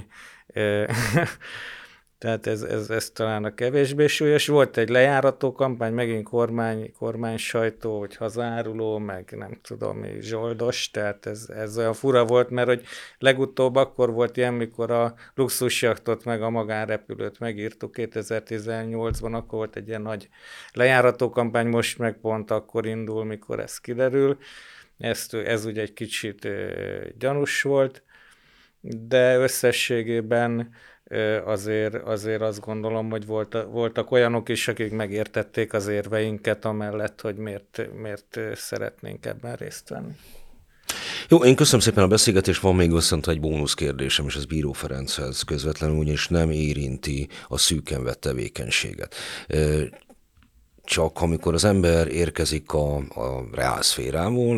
tehát ez talán a kevésbé súlyos. Volt egy lejárató kampány, megint kormány sajtó, hogy hazáruló, meg nem tudom mi, zsoldos, tehát ez olyan fura volt, mert hogy legutóbb akkor volt ilyen, mikor a luxusjachtot meg a magánrepülőt megírtuk 2018-ban, akkor volt egy ilyen nagy lejárató kampány, most meg pont akkor indul, mikor ez kiderül. Ez ugye egy kicsit gyanús volt, de összességében azért azt gondolom, hogy voltak olyanok is, akik megértették az érveinket amellett, hogy miért szeretnénk ebben részt venni. Jó, én köszönöm szépen a beszélgetést, van még viszont egy bónusz kérdésem, és ez Bíró Ferenchez közvetlenül, ugyanis nem érinti a szűken vett tevékenységet. Csak amikor az ember érkezik a reálszférából,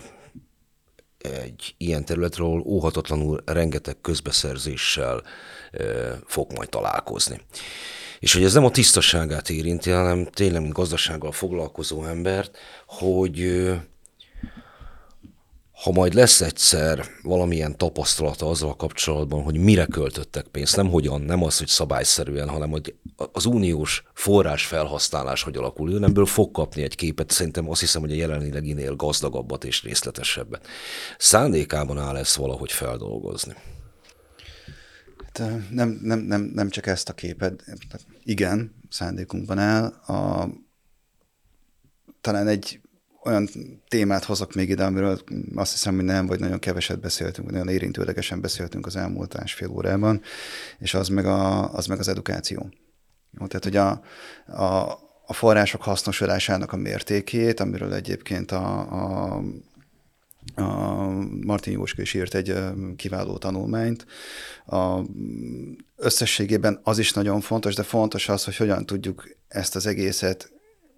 egy ilyen területről óhatatlanul rengeteg közbeszerzéssel fog majd találkozni. És hogy ez nem a tisztaságát érinti, hanem tényleg mint gazdasággal foglalkozó embert, hogy ha majd lesz egyszer valamilyen tapasztalata azzal kapcsolatban, hogy mire költöttek pénzt, nem hogyan, nem az, hogy szabályszerűen, hanem hogy az uniós forrás felhasználás hogy alakul, ő ebből fog kapni egy képet, szerintem azt hiszem, hogy a jelenleginél gazdagabbat és részletesebbet. Szándékában áll ezt valahogy feldolgozni? Hát nem csak ezt a képet, igen, szándékunkban áll. Talán egy olyan témát hozok még ide, amiről azt hiszem, hogy nem, vagy nagyon keveset beszéltünk, vagy nagyon érintőlegesen beszéltünk az elmúlt másfél órában, és az meg az edukáció. Jó, tehát, hogy a források hasznosulásának a mértékét, amiről egyébként a Martin Jóska is írt egy kiváló tanulmányt. Összességében az is nagyon fontos, de fontos az, hogy hogyan tudjuk ezt az egészet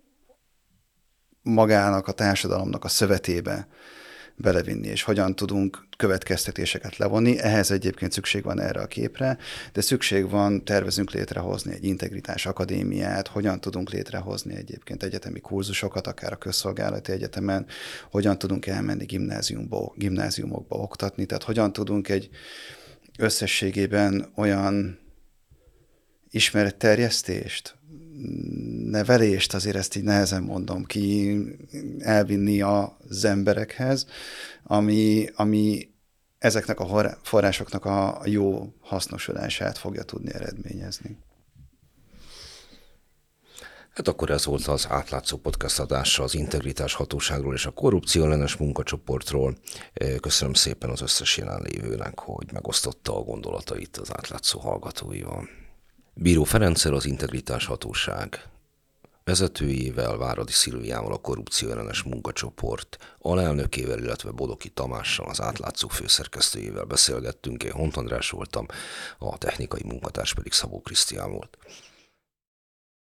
magának, a társadalomnak a szövetébe belevinni, és hogyan tudunk következtetéseket levonni. Ehhez egyébként szükség van erre a képre, de szükség van, tervezünk létrehozni egy integritás akadémiát, hogyan tudunk létrehozni egyébként egyetemi kurzusokat, akár a közszolgálati egyetemen, hogyan tudunk elmenni gimnáziumokba oktatni, tehát hogyan tudunk egy összességében olyan ismeretterjesztést, nevelést, azért ezt így nehezen mondom ki, elvinni az emberekhez, ami ezeknek a forrásoknak a jó hasznosulását fogja tudni eredményezni. Hát akkor ez volt az átlátszó podcast adása az Integritás Hatóságról és a Korrupció ellenes munkacsoportról. Köszönöm szépen az összes jelenlévőnek, hogy megosztotta a gondolatait az átlátszó hallgatóival. Bíró Ferenccel, az Integritás Hatóság vezetőjével, Váradi Szilviával, a Korrupció ellenes munkacsoport alelnökével, illetve Bodoki Tamással, az átlátszó főszerkesztőjével beszélgettünk. Én Hont András voltam, a technikai munkatárs pedig Szabó Krisztián volt.